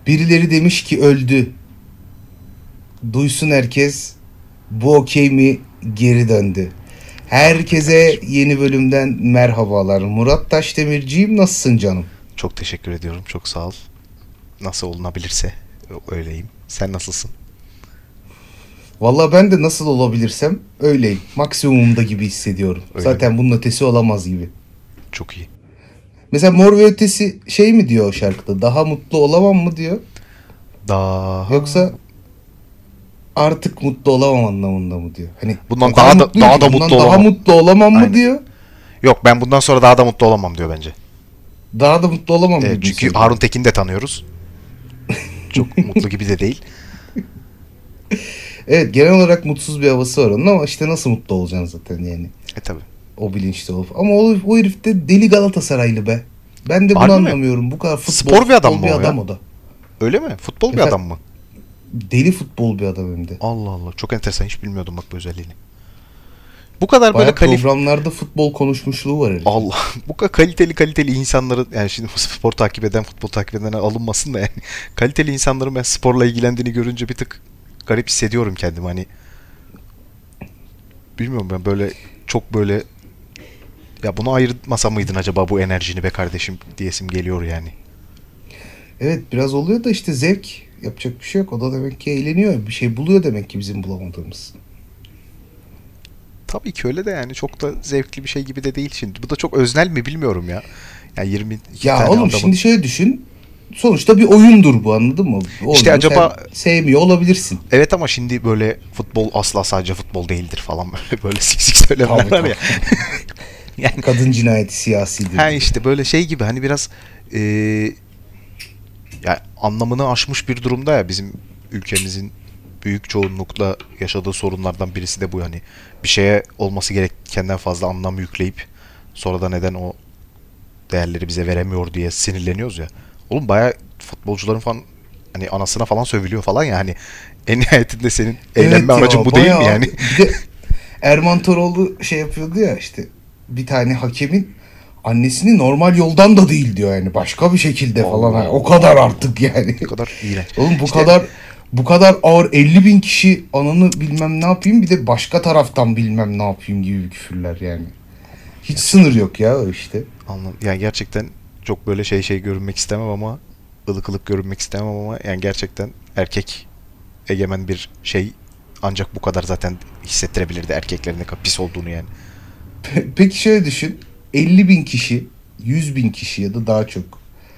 Birileri demiş ki öldü. Duysun herkes. Bu okey mi geri döndü. Ahmet Herkese kardeşim. yeni bölümden merhabalar. Murat Taşdemirciğim, nasılsın canım? Çok teşekkür ediyorum. Çok sağ ol. Nasıl olunabilirse öyleyim. Sen nasılsın? Valla ben de nasıl olabilirsem öyleyim. Maksimumumda gibi hissediyorum. Öyle mi? Zaten bunun ötesi olamaz gibi. Çok iyi. Mesela Mor ve Ötesi şey mi diyor o şarkıda? Daha mutlu olamam mı diyor? Daha Yoksa artık mutlu olamam anlamında mı diyor? Hani o bundan kadar mutluyum daha ki da mutlu bundan daha olamam. mutlu olamam mı Aynen. diyor? Yok, ben bundan sonra daha da mutlu olamam diyor bence. Daha da mutlu olamam gibi mi Çünkü söylüyor? Harun Tekin'i de tanıyoruz. Çok mutlu gibi de değil. Evet, genel olarak mutsuz bir havası var onun ama işte nasıl mutlu olacaksın zaten yani. Tabi. O bilinçli olup. Ama o herif de deli Galatasaraylı be. Ben de bunu Harbi mi? anlamıyorum. Bu kadar Spor bir adam futbol mı bir o ya? adam o da. Öyle mi? Futbol bir Efendim, adam mı? deli futbol bir adam hem de. Allah Allah. Çok enteresan. Hiç bilmiyordum bak bu özelliğini. Bu kadar böyle Baya programlarda futbol konuşmuşluğu var herifin. Allah, bu kadar kaliteli insanların, yani şimdi spor takip eden, futbol takip edenler alınmasın da, yani kaliteli insanların ben sporla ilgilendiğini görünce bir tık garip hissediyorum kendimi, hani bilmiyorum, ben böyle çok böyle, ya bunu ayırtmasa mıydın acaba bu enerjini be kardeşim diyesim geliyor yani. Evet, biraz oluyor da işte zevk, yapacak bir şey yok. O da demek ki eğleniyor. Bir şey buluyor demek ki bizim bulamadığımız. Tabii ki öyle de, yani çok da zevkli bir şey gibi de değil şimdi. Bu da çok öznel mi bilmiyorum ya. Yani 22 Ya tane oğlum, adamın. şimdi şöyle düşün. Sonuçta bir oyundur bu, anladın mı? İşte Oyunu sen acaba, sevmiyor olabilirsin. evet ama şimdi böyle futbol asla sadece futbol değildir falan, böyle sik sik söylemler Tabii var tabii. ya. Yani Kadın cinayeti siyasidir ha diye. işte böyle şey gibi, hani biraz ya anlamını aşmış bir durumda ya bizim ülkemizin büyük çoğunlukla yaşadığı sorunlardan birisi de bu, hani bir şeye olması gerekenden fazla anlam yükleyip sonra da neden o değerleri bize veremiyor diye sinirleniyoruz ya. Oğlum baya futbolcuların falan hani anasına falan sövülüyor falan ya, hani en nihayetinde senin eğlenme Evet aracın ya, bu değil mi bayağı yani? abi. Bir de Erman Toroğlu şey yapıyordu ya, işte bir tane hakemin annesini normal yoldan da değil diyor, yani başka bir şekilde falan. Allah Ha, o kadar Allah. artık yani. Ne kadar iğrenç. Oğlum, bu İşte kadar bu kadar ağır, 50 bin kişi ananı bilmem ne yapayım, bir de başka taraftan bilmem ne yapayım gibi küfürler yani. Hiç sınır gerçekten yok ya o işte. yani gerçekten çok böyle şey görünmek istemem ama, ılık ılık görünmek istemem ama, yani gerçekten erkek egemen bir şey ancak bu kadar zaten hissettirebilirdi erkeklerin ne kadar pis olduğunu yani. Peki şöyle düşün. 50 bin kişi, 100 bin kişi ya da daha çok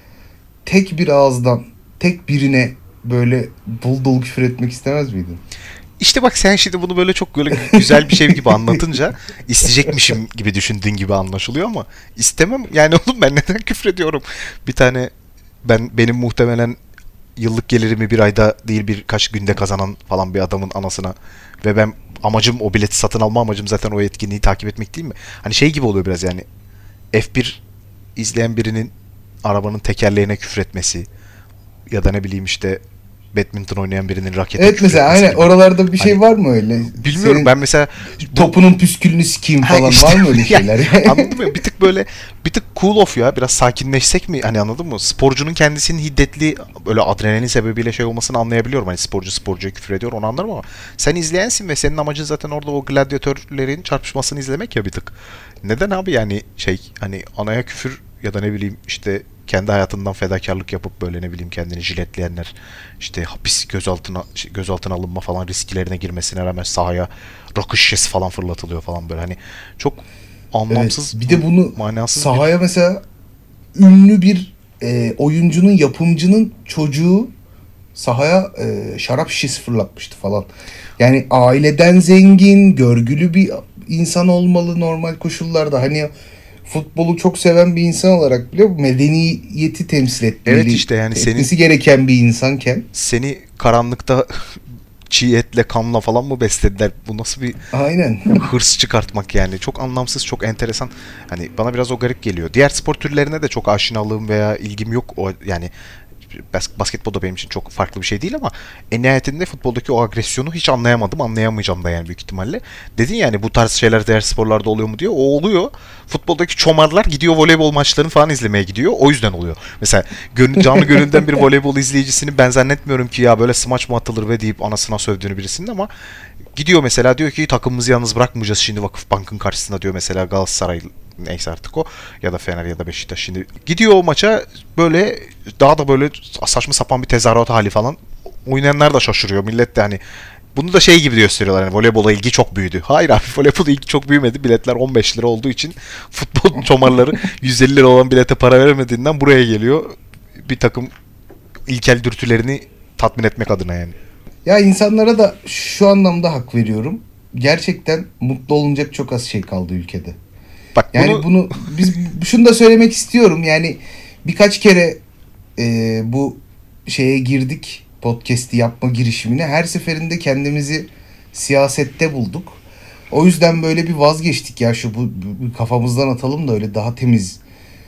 tek bir ağızdan tek birine böyle dolu dolu küfür etmek istemez miydin? İşte bak, sen şimdi bunu böyle çok böyle güzel bir şey gibi anlatınca isteyecekmişim gibi düşündüğün gibi anlaşılıyor ama istemem yani. Oğlum ben neden küfür ediyorum? Bir tane, benim muhtemelen yıllık gelirimi bir ayda değil birkaç günde kazanan falan bir adamın anasına, ve ben amacım, o bileti satın alma amacım zaten o etkinliği takip etmek değil mi? Hani şey gibi oluyor biraz yani, F1 izleyen birinin arabanın tekerleğine küfür etmesi ya da ne bileyim işte badminton oynayan birinin rakete Evet, küfür mesela etmesi aynen gibi. oralarda bir Hani şey var mı öyle? bilmiyorum, ben Senin mesela bu, topunun püskülünü sikeyim ha falan, işte var mı öyle yani, şeyler? anladın mı? Bir tık böyle, bir tık cool off ya. Biraz sakinleşsek mi? Hani anladın mı? Sporcunun kendisinin hiddetli böyle adrenalin sebebiyle şey olmasını anlayabiliyorum. Hani sporcu sporcuya küfür ediyor, onu anlarım ama sen izleyensin ve senin amacın zaten orada o gladyatörlerin çarpışmasını izlemek ya bir tık. Neden abi yani, şey hani anaya küfür ya da ne bileyim işte kendi hayatından fedakarlık yapıp böyle ne bileyim kendini jiletleyenler, işte hapis gözaltına alınma falan risklerine girmesine rağmen sahaya rakı şişesi falan fırlatılıyor falan, böyle hani çok Evet, anlamsız, bir de bunu manasız bir. sahaya mesela ünlü bir oyuncunun, yapımcının çocuğu sahaya şarap şişesi fırlatmıştı falan. Yani aileden zengin, görgülü bir insan olmalı normal koşullarda. Hani futbolu çok seven bir insan olarak bile bu medeniyeti temsil Evet etmeli, işte yani etmesi gereken bir insanken. seni karanlıkta çiğ etle kanla falan mı beslediler? Bu nasıl bir Aynen. hırs çıkartmak yani? Çok anlamsız, çok enteresan. Hani bana biraz o garip geliyor. Diğer spor türlerine de çok aşinalığım veya ilgim yok. O yani basketbol da benim için çok farklı bir şey değil ama en nihayetinde futboldaki o agresyonu hiç anlayamadım. Anlayamayacağım da yani büyük ihtimalle. Dedin yani bu tarz şeyler diğer sporlarda oluyor mu diyor. O oluyor. Futboldaki çomarlar gidiyor voleybol maçlarını falan izlemeye gidiyor. O yüzden oluyor. Mesela canlı gönülden bir voleybol izleyicisini ben zannetmiyorum ki ya böyle smaç mı atılır ve deyip anasına sövdüğünü birisinin ama gidiyor mesela diyor ki takımımızı yalnız bırakmayacağız şimdi Vakıfbank'ın karşısında diyor mesela Galatasaray neyse artık o ya da Fener ya da Beşiktaş şimdi gidiyor o maça böyle daha da böyle saçma sapan bir tezahürat hali falan oynayanlar da şaşırıyor millet de hani bunu da şey gibi gösteriyorlar hani voleybola ilgi çok büyüdü. Hayır abi voleybola ilgi çok büyümedi. Biletler 15 lira olduğu için futbol çomarları 150 lira olan bilete para veremediğinden buraya geliyor. Bir takım ilkel dürtülerini tatmin etmek adına yani. Ya insanlara da şu anlamda hak veriyorum. Gerçekten mutlu olunacak çok az şey kaldı ülkede. Bak Yani bunu biz şunu da söylemek istiyorum. Yani birkaç kere bu şeye girdik. Podcast'i yapma girişimine. Her seferinde kendimizi siyasette bulduk. O yüzden böyle bir vazgeçtik ya bu kafamızdan atalım da öyle daha temiz.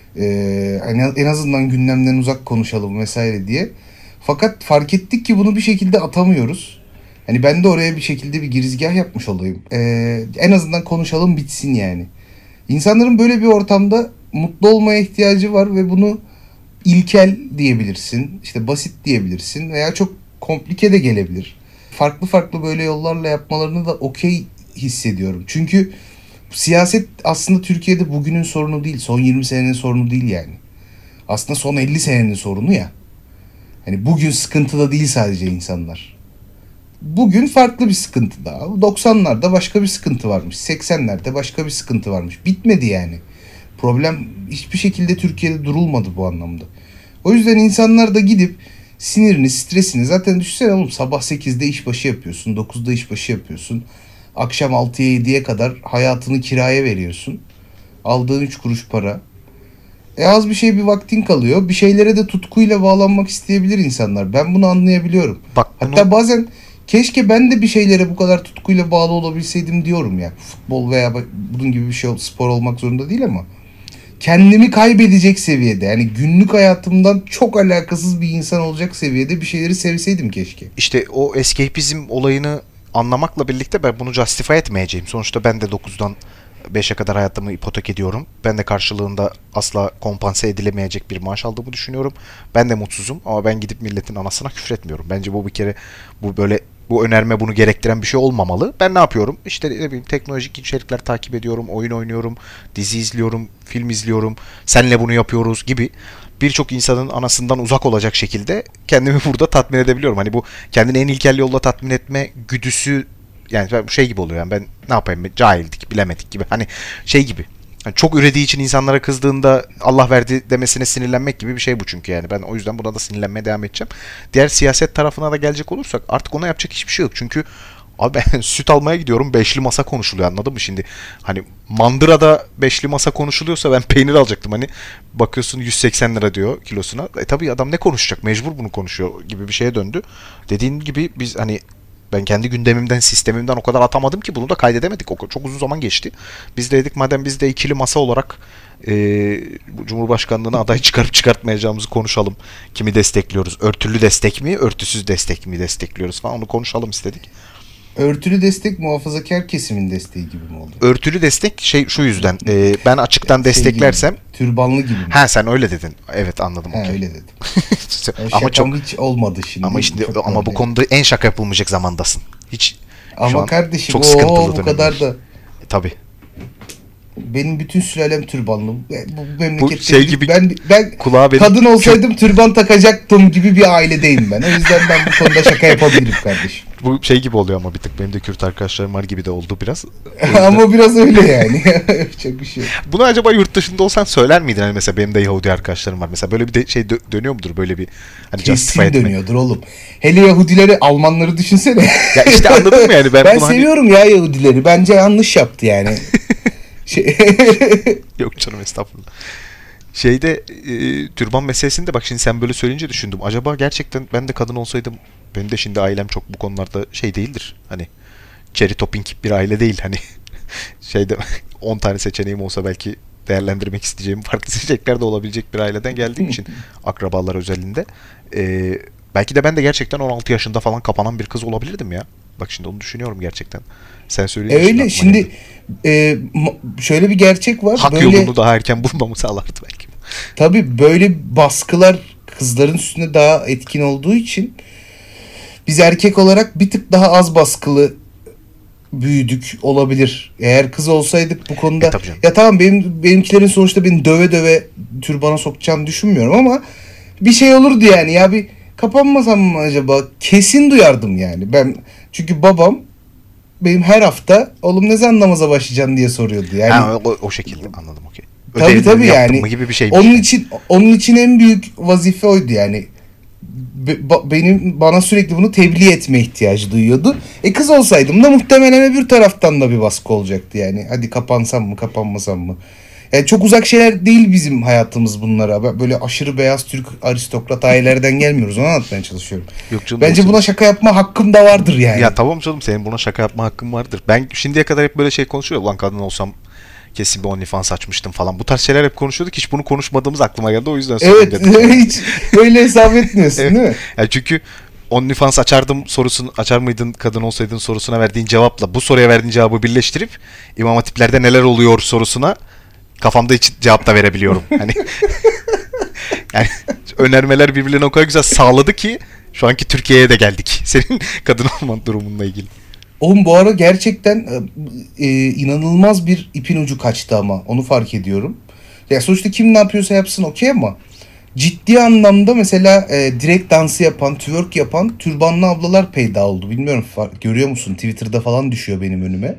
En azından gündemden uzak konuşalım vesaire diye. Fakat fark ettik ki bunu bir şekilde atamıyoruz. Hani ben de oraya bir şekilde bir girizgah yapmış olayım. En azından konuşalım bitsin yani. İnsanların böyle bir ortamda mutlu olmaya ihtiyacı var ve bunu ilkel diyebilirsin, işte basit diyebilirsin veya çok komplike de gelebilir. Farklı farklı böyle yollarla yapmalarını da okey hissediyorum. Çünkü siyaset aslında Türkiye'de bugünün sorunu değil, son 20 senenin sorunu değil yani. Aslında son 50 senenin sorunu ya. Hani bugün sıkıntıda değil sadece insanlar. Bugün farklı bir sıkıntı daha. 90'larda başka bir sıkıntı varmış. 80'lerde başka bir sıkıntı varmış. Bitmedi yani. Problem hiçbir şekilde Türkiye'de durulmadı bu anlamda. O yüzden insanlar da gidip sinirini, stresini zaten düşünsene oğlum sabah 8'de işbaşı yapıyorsun, 9'da işbaşı yapıyorsun. Akşam 6'ya 7'ye kadar hayatını kiraya veriyorsun. Aldığın 3 kuruş para. Az bir şey bir vaktin kalıyor. Bir şeylere de tutkuyla bağlanmak isteyebilir insanlar. Ben bunu anlayabiliyorum. Bak Hatta bazen keşke ben de bir şeylere bu kadar tutkuyla bağlı olabilseydim diyorum ya. Futbol veya bunun gibi bir şey spor olmak zorunda değil ama kendimi kaybedecek seviyede yani günlük hayatımdan çok alakasız bir insan olacak seviyede bir şeyleri sevseydim keşke. İşte o escapizm olayını anlamakla birlikte ben bunu justify etmeyeceğim. Sonuçta ben de 9'dan 5'e kadar hayatımı ipotek ediyorum. Ben de karşılığında asla kompanse edilemeyecek bir maaş aldığımı düşünüyorum. Ben de mutsuzum ama ben gidip milletin anasına küfretmiyorum. Bence bu bir kere bu önerme bunu gerektiren bir şey olmamalı. Ben ne yapıyorum? İşte ne bileyim teknolojik içerikler takip ediyorum, oyun oynuyorum, dizi izliyorum, film izliyorum. Senle bunu yapıyoruz gibi birçok insanın anasından uzak olacak şekilde kendimi burada tatmin edebiliyorum. Hani bu kendini en ilkel yolla tatmin etme güdüsü yani şey gibi oluyor yani ben ne yapayım cahildik bilemedik gibi hani şey gibi yani çok ürediği için insanlara kızdığında Allah verdi demesine sinirlenmek gibi bir şey bu çünkü yani ben o yüzden buna da sinirlenmeye devam edeceğim. Diğer siyaset tarafına da gelecek olursak artık ona yapacak hiçbir şey yok çünkü abi ben süt almaya gidiyorum beşli masa konuşuluyor anladın mı şimdi hani mandırada beşli masa konuşuluyorsa ben peynir alacaktım hani bakıyorsun 180 lira diyor kilosuna tabii adam ne konuşacak mecbur bunu konuşuyor gibi bir şeye döndü dediğin gibi biz hani ben kendi gündemimden, sistemimden o kadar atamadım ki bunu da kaydedemedik. Çok uzun zaman geçti. Biz de dedik madem biz de ikili masa olarak Cumhurbaşkanlığına aday çıkarıp çıkartmayacağımızı konuşalım. Kimi destekliyoruz? Örtülü destek mi, örtüsüz destek mi destekliyoruz falan onu konuşalım istedik. Örtülü destek muhafazakar kesimin desteği gibi mi oldu? Örtülü destek şey şu yüzden ben açıktan desteklersem gibi, türbanlı gibi mi? Ha sen öyle dedin. Evet anladım. He Okay. öyle dedim. Ama çok hiç olmadı şimdi. Ama bu konuda en şaka yapılmayacak zamandasın. Hiç ama kardeşim çok sıkıntılı bu kadar da tabii. Benim bütün sülalem türbanlı. Bu memlekette şey gibi ben kadın olsaydım türban takacaktım gibi bir ailedeyim ben. O yüzden ben bu konuda şaka yapabilirim kardeşim. Bu şey gibi oluyor ama bir tık benim de Kürt arkadaşlarım var gibi de oldu biraz. Ama biraz öyle yani. Çok bir şey. Bunu acaba yurt dışında olsan söyler miydin? Hani mesela benim de Yahudi arkadaşlarım var. Mesela böyle bir de şey dönüyor mudur böyle bir hani kesin dönüyordur oğlum. Hele Yahudileri, Almanları düşünsene. Ya işte anladın mı yani? Ben seviyorum ya Yahudileri. Bence yanlış yaptı yani. Yok canım estağfurullah. Türban meselesinde bak şimdi sen böyle söyleyince düşündüm. Acaba gerçekten ben de kadın olsaydım benim de şimdi ailem çok bu konularda şey değildir. Hani cherry topping bir aile değil hani 10 tane seçeneğim olsa belki değerlendirmek isteyeceğim farklı seçenekler de olabilecek bir aileden geldiğim için akrabalar özelinde. Belki de ben de gerçekten 16 yaşında falan kapanan bir kız olabilirdim ya. Bak şimdi onu düşünüyorum gerçekten. Sen söyleyince Öyle şimdi şöyle bir gerçek var. hak böyle, yolunu daha erken bulmamı sağlardı belki. tabii böyle baskılar kızların üstünde daha etkin olduğu için biz erkek olarak bir tık daha az baskılı büyüdük olabilir. Eğer kız olsaydık bu konuda Tabii canım. ya tamam benimkilerin sonuçta beni döve döve türbana sokacağını düşünmüyorum ama bir şey olurdu yani ya bir kapanmasam mı acaba? Kesin duyardım yani. Ben çünkü babam benim her hafta oğlum ne zaman namaza başlayacaksın diye soruyordu. Yani Ha, o şekilde anladım, okey. tabii Yaptın yani mı gibi bir şeymiş. onun için en büyük vazife oydu yani. Bana sürekli bunu tebliğ etme ihtiyacı duyuyordu. Kız olsaydım da muhtemelen öbür taraftan da bir baskı olacaktı yani. Hadi kapansam mı, kapanmasam mı? Yani çok uzak şeyler değil bizim hayatımız bunlara. Böyle aşırı beyaz Türk aristokrat ailelerden gelmiyoruz. Onu anlatmaya çalışıyorum. Yok canım, Bence olsun. buna şaka yapma hakkım da vardır yani. Ya tamam canım, senin buna şaka yapma hakkın vardır. Ben şimdiye kadar hep böyle şey konuşuyor. Ulan kadın olsam kesin bir OnlyFans açmıştım falan. Bu tarz şeyler hep konuşuyorduk. Hiç bunu konuşmadığımız aklıma geldi. O yüzden Evet, dedim. hiç öyle hesap etmiyorsun Evet. değil mi? Yani çünkü OnlyFans açardım sorusunu, açar mıydın kadın olsaydın sorusuna verdiğin cevapla bu soruya verdiğin cevabı birleştirip İmam Hatiplerde neler oluyor sorusuna kafamda hiç cevap da verebiliyorum. Hani yani önermeler birbirlerine o kadar güzel sağladı ki şu anki Türkiye'ye de geldik. Senin kadın olman durumunla ilgili. Oğlum bu ara gerçekten inanılmaz bir ipin ucu kaçtı ama onu fark ediyorum. Ya sonuçta kim ne yapıyorsa yapsın okey ama ciddi anlamda mesela direkt dansı yapan, twerk yapan türbanlı ablalar peyda oldu. Bilmiyorum görüyor musun? Twitter'da falan düşüyor benim önüme.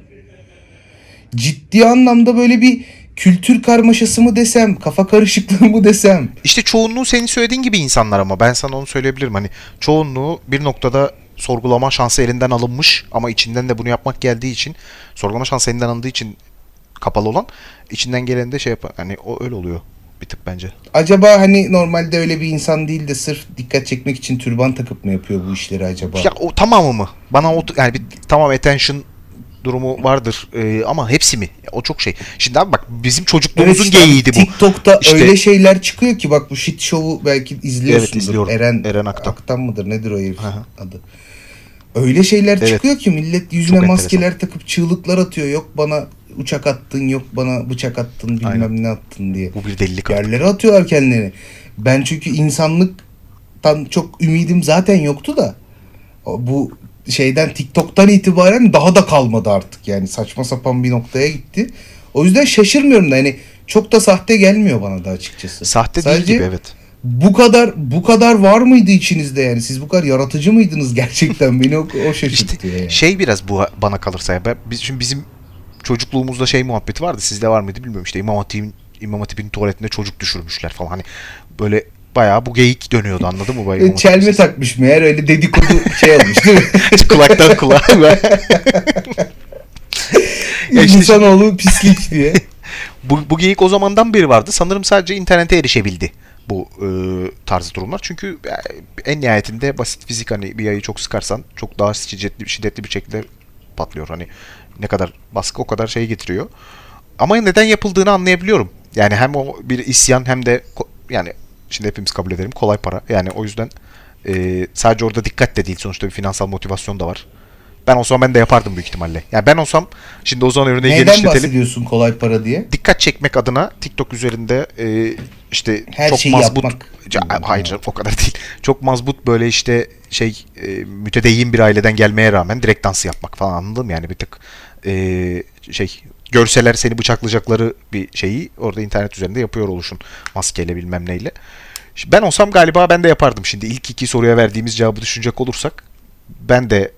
Ciddi anlamda böyle bir kültür karmaşası mı desem, kafa karışıklığı mı desem. İşte çoğunluğu senin söylediğin gibi insanlar, ama ben sana onu söyleyebilirim. Hani çoğunluğu bir noktada sorgulama şansı elinden alınmış ama içinden de bunu yapmak geldiği için, sorgulama şansı elinden alındığı için kapalı olan, içinden gelen de şey yapar. Hani o öyle oluyor bir tık bence. Acaba hani normalde öyle bir insan değil de sırf dikkat çekmek için türban takıp mı yapıyor bu işleri acaba? Ya o tamamı mı? Bana o yani bir tamam attention durumu vardır. Ama hepsi mi? O çok şey. Şimdi abi bak, bizim çocukluğumuzun işte abi, geyiğiydi bu. TikTok'ta İşte- öyle şeyler çıkıyor ki bak bu shit show'u belki izliyorsundur. Evet, izliyorum. Eren Aktan. Aktan mıdır nedir o herif Hı hı. adı? Öyle şeyler Evet. çıkıyor ki millet yüzüne Çok maskeler takıp çığlıklar atıyor. Yok bana uçak attın, yok bana bıçak attın, bilmem Aynen. ne attın diye. Bu bir delilik artık. Yerlere atıyorlar kendilerini. Ben çünkü insanlıktan çok ümidim zaten yoktu da bu şeyden TikTok'tan itibaren daha da kalmadı artık. Yani saçma sapan bir noktaya gitti. O yüzden şaşırmıyorum da hani çok da sahte gelmiyor bana da açıkçası. Sahte Sadece değil gibi, evet. bu kadar var mıydı içinizde yani? Siz bu kadar yaratıcı mıydınız gerçekten? Beni o şaşırtıyor yani. Şey biraz bu bana kalırsa ya. Şimdi bizim çocukluğumuzda şey muhabbeti vardı. Sizde var mıydı bilmiyorum. İşte İmam Hatip'in tuvaletinde çocuk düşürmüşler falan. Hani böyle bayağı bu geyik dönüyordu, anladın mı? Bayağı Çelme takmış meğer öyle dedikodu şey olmuş değil mi? kulaktan kulağa. Ya işte İnsanoğlu pislik diye. bu geyik o zamandan beri vardı. Sanırım sadece internete erişebildi bu tarz durumlar. Çünkü en nihayetinde basit fizik, hani bir yayı çok sıkarsan çok daha şiddetli bir şekilde patlıyor. Hani ne kadar baskı o kadar şey getiriyor. Ama neden yapıldığını anlayabiliyorum. Yani hem o bir isyan hem de yani şimdi hepimiz kabul edelim kolay para. Yani o yüzden sadece orada dikkat de değil. Sonuçta bir finansal motivasyon da var. Ben olsam ben de yapardım büyük ihtimalle. Yani ben olsam şimdi o zaman örneği Neyden genişletelim. bahsediyorsun kolay para diye? Dikkat çekmek adına TikTok üzerinde işte Her çok şeyi mazbut yapmak. hayır canım, o kadar değil. Çok mazbut böyle işte mütedeyyin bir aileden gelmeye rağmen direkt dansı yapmak falan, anladın mı? Yani bir tık şey, görseler seni bıçaklayacakları bir şeyi orada internet üzerinde yapıyor oluşun, maskeyle bilmem neyle. Ben olsam galiba ben de yapardım. Şimdi ilk iki soruya verdiğimiz cevabı düşünecek olursak, ben de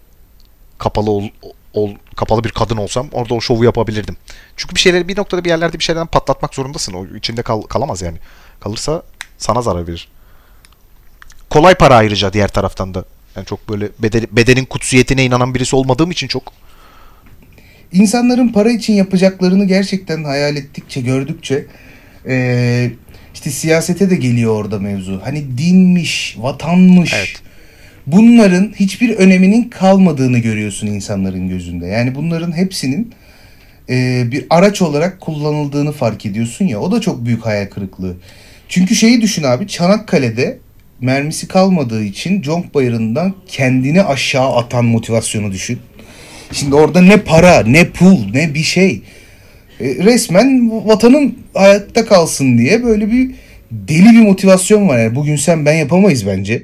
kapalı bir kadın olsam orada o şovu yapabilirdim. Çünkü bir şeyleri bir noktada bir yerlerde bir şeylerden patlatmak zorundasın. O içinde kalamaz yani. Kalırsa sana zarar verir. Kolay para ayrıca diğer taraftan da. Yani çok böyle bedenin kutsiyetine inanan birisi olmadığım için çok. İnsanların para için yapacaklarını gerçekten hayal ettikçe, gördükçe işte siyasete de geliyor orada mevzu. Hani dinmiş, vatanmış. Evet. Bunların hiçbir öneminin kalmadığını görüyorsun insanların gözünde. Yani bunların hepsinin bir araç olarak kullanıldığını fark ediyorsun ya. O da çok büyük hayal kırıklığı. Çünkü şeyi düşün abi, Çanakkale'de mermisi kalmadığı için Conk Bayırı'ndan kendini aşağı atan motivasyonu düşün. Şimdi orada ne para, ne pul, ne bir şey. Resmen vatanın hayatta kalsın diye böyle bir deli bir motivasyon var. Yani bugün sen ben yapamayız bence.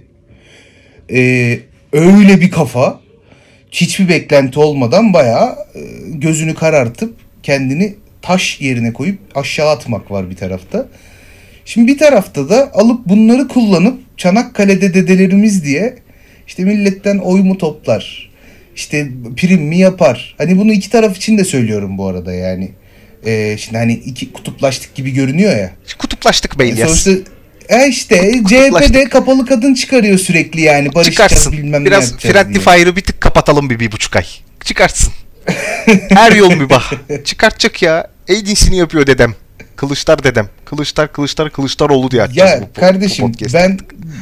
Öyle bir kafa, hiçbir beklenti olmadan bayağı gözünü karartıp kendini taş yerine koyup aşağı atmak var bir tarafta. Şimdi bir tarafta da alıp bunları kullanıp Çanakkale'de dedelerimiz diye işte milletten oy mu toplar, işte prim mi yapar. Hani bunu iki taraf için de söylüyorum bu arada yani. Şimdi hani iki kutuplaştık gibi görünüyor ya. Kutuplaştık be İlyas. Sonuçta işte CHP'de kapalı kadın çıkarıyor sürekli yani. Barışacağız Çıkarsın. bilmem ne Biraz yapacağız Friendly diye. Fire'ı bir tık kapatalım bir buçuk ay. Çıkarsın. Her yol mübah. Çıkartacak ya. En iyisini yapıyor dedem. Kılıçlar dedem. Kılıçdaroğlu diye açacağız Ya bu kardeşim podcast'i. ben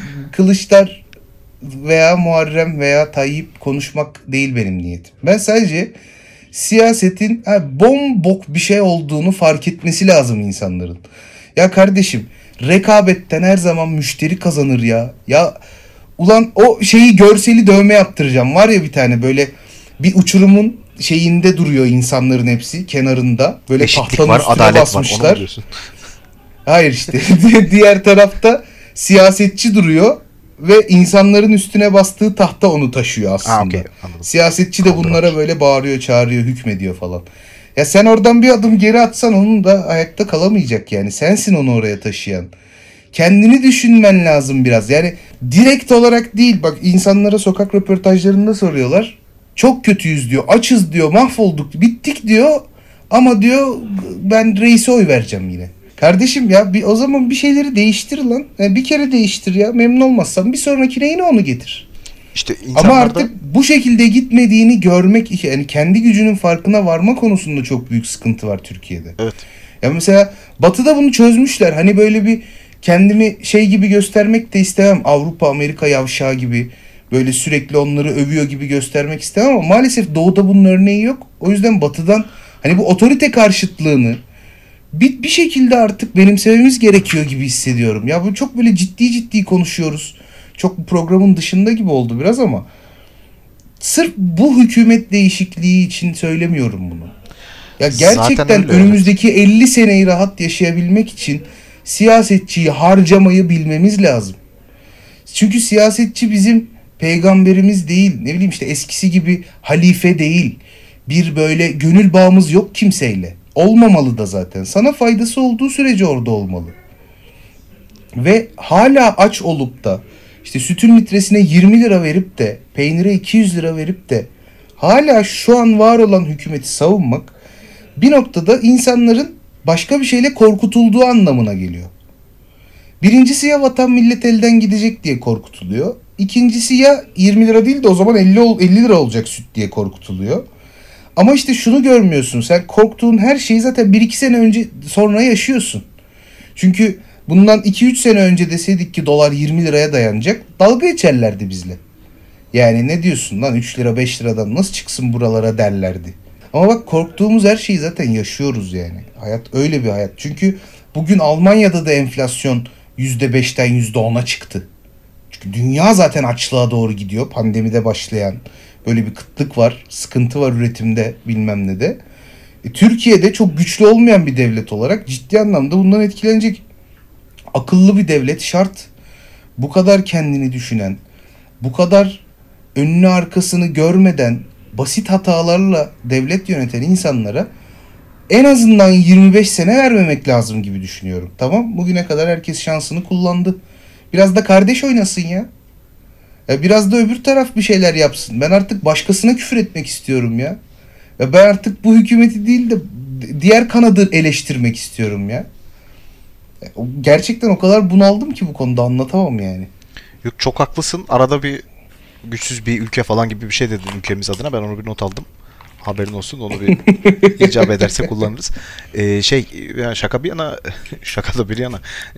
Kılıçlar veya Muharrem veya Tayyip konuşmak değil benim niyetim. Ben sadece siyasetin bombok bir şey olduğunu fark etmesi lazım insanların. Ya kardeşim, rekabetten her zaman müşteri kazanır ya. Ya ulan o şeyi, görseli dövme yaptıracağım. Var ya bir tane böyle bir uçurumun şeyinde duruyor insanların hepsi kenarında. Böyle Eşitlik tahtanın var, üstüne adalet var. Onu mu basmışlar. diyorsun? Hayır işte diğer tarafta siyasetçi duruyor ve insanların üstüne bastığı tahta onu taşıyor aslında. okey, anladım. Siyasetçi de Kaldıraç. bunlara böyle bağırıyor, çağırıyor, hükmediyor falan. Ya sen oradan bir adım geri atsan onun da ayakta kalamayacak yani. Sensin onu oraya taşıyan. Kendini düşünmen lazım biraz. Yani direkt olarak değil. Bak insanlara sokak röportajlarında soruyorlar. Çok kötüyüz diyor. Açız diyor. Mahvolduk. Bittik diyor. Ama diyor ben reise oy vereceğim yine. Kardeşim ya o zaman bir şeyleri değiştir lan. Yani bir kere değiştir ya. Memnun olmazsan bir sonrakine yine onu getir. İşte Ama insanlarda artık bu şekilde gitmediğini görmek, yani kendi gücünün farkına varma konusunda çok büyük sıkıntı var Türkiye'de. evet. Ya mesela Batı'da bunu çözmüşler. Hani böyle bir kendimi şey gibi göstermek de istemem. Avrupa, Amerika yavşağı gibi böyle sürekli onları övüyor gibi göstermek istemem ama maalesef Doğu'da bunun örneği yok. O yüzden Batı'dan hani bu otorite karşıtlığını bir şekilde artık benimsememiz gerekiyor gibi hissediyorum. Ya bu çok böyle ciddi konuşuyoruz. Çok bu programın dışında gibi oldu biraz ama sırf bu hükümet değişikliği için söylemiyorum bunu. Ya Zaten gerçekten öyle, önümüzdeki 50 seneyi rahat yaşayabilmek için siyasetçiyi harcamayı bilmemiz lazım. Çünkü siyasetçi bizim peygamberimiz değil. Ne bileyim işte eskisi gibi halife değil. Bir böyle gönül bağımız yok kimseyle. Olmamalı da zaten. Sana faydası olduğu sürece orada olmalı. Ve hala aç olup da işte sütün litresine 20 lira verip de peynire 200 lira verip de hala şu an var olan hükümeti savunmak bir noktada insanların başka bir şeyle korkutulduğu anlamına geliyor. Birincisi ya vatan millet elden gidecek diye korkutuluyor. İkincisi ya 20 lira değil de o zaman 50 lira olacak süt diye korkutuluyor. Ama işte şunu görmüyorsun. Sen korktuğun her şeyi zaten 1-2 sene önce sonra yaşıyorsun. Çünkü bundan 2-3 sene önce deseydik ki dolar 20 liraya dayanacak, dalga geçerlerdi bizle. Yani ne diyorsun lan 3 lira 5 liradan nasıl çıksın buralara derlerdi. Ama bak korktuğumuz her şeyi zaten yaşıyoruz yani. Hayat öyle bir hayat. Çünkü bugün Almanya'da da enflasyon %5'ten %10'a çıktı. Çünkü dünya zaten açlığa doğru gidiyor. Pandemide başlayan böyle bir kıtlık var. Sıkıntı var üretimde bilmem ne de. Türkiye'de çok güçlü olmayan bir devlet olarak ciddi anlamda bundan etkilenecek. Akıllı bir devlet şart. Bu kadar kendini düşünen, bu kadar önünü arkasını görmeden basit hatalarla devlet yöneten insanlara en azından 25 sene vermemek lazım gibi düşünüyorum. Tamam, bugüne kadar herkes şansını kullandı. Biraz da kardeş oynasın ya. Biraz da öbür taraf bir şeyler yapsın. Ben artık başkasına küfür etmek istiyorum ya. Ben artık bu hükümeti değil de diğer kanadı eleştirmek istiyorum ya. Gerçekten o kadar bunaldım ki bu konuda anlatamam yani. Yok, çok haklısın. Arada bir güçsüz bir ülke falan gibi bir şey dedin ülkemiz adına. Ben onu bir not aldım. Haberin olsun. Onu bir icap ederse kullanırız. Yani şaka bir yana şaka da bir yana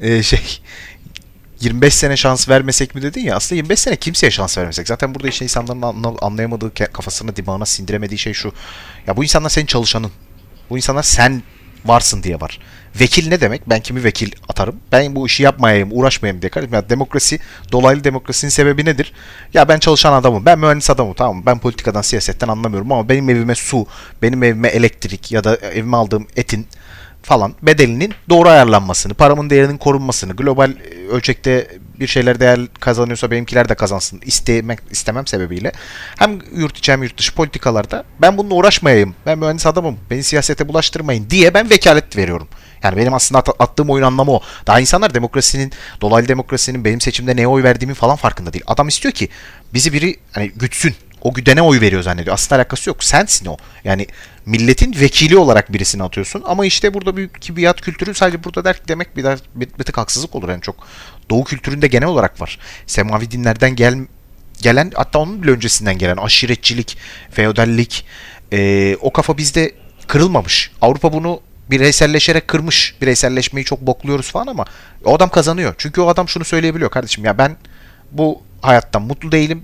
25 sene şans vermesek mi dedin ya, aslında 25 sene kimseye şans vermesek. Zaten burada işte insanların anlayamadığı, kafasına dimağına sindiremediği şey şu. Ya bu insanlar senin çalışanın. Bu insanlar sen varsın diye var. Vekil ne demek? Ben kimi vekil atarım? Ben bu işi yapmayayım, uğraşmayayım diye. Kardeşim ya demokrasi, dolaylı demokrasinin sebebi nedir? Ya ben çalışan adamım, ben mühendis adamım, tamam mı? Ben politikadan, siyasetten anlamıyorum ama benim evime su, benim evime elektrik ya da evime aldığım etin falan bedelinin doğru ayarlanmasını, paramın değerinin korunmasını, global ölçekte bir şeyler değer kazanıyorsa benimkiler de kazansın istemem sebebiyle hem yurt içi hem yurt dışı politikalarda ben bununla uğraşmayayım, ben mühendis adamım, beni siyasete bulaştırmayın diye ben vekalet veriyorum. Yani benim aslında attığım oyun anlamı o. Daha insanlar demokrasinin, dolaylı demokrasinin benim seçimde neye oy verdiğimin falan farkında değil. Adam istiyor ki bizi biri hani gütsün. O güdene oy veriyor zannediyor. Aslında alakası yok. Sensin o. Yani milletin vekili olarak birisini atıyorsun. Ama işte burada bir kibiyat kültürü sadece burada demek bir tık haksızlık olur. Yani çok Doğu kültüründe genel olarak var. Semavi dinlerden gelen hatta onun bile öncesinden gelen aşiretçilik, feodallik o kafa bizde kırılmamış. Avrupa bunu bireyselleşerek kırmış. Bireyselleşmeyi çok bokluyoruz falan ama o adam kazanıyor. Çünkü o adam şunu söyleyebiliyor kardeşim ya ben bu hayattan mutlu değilim.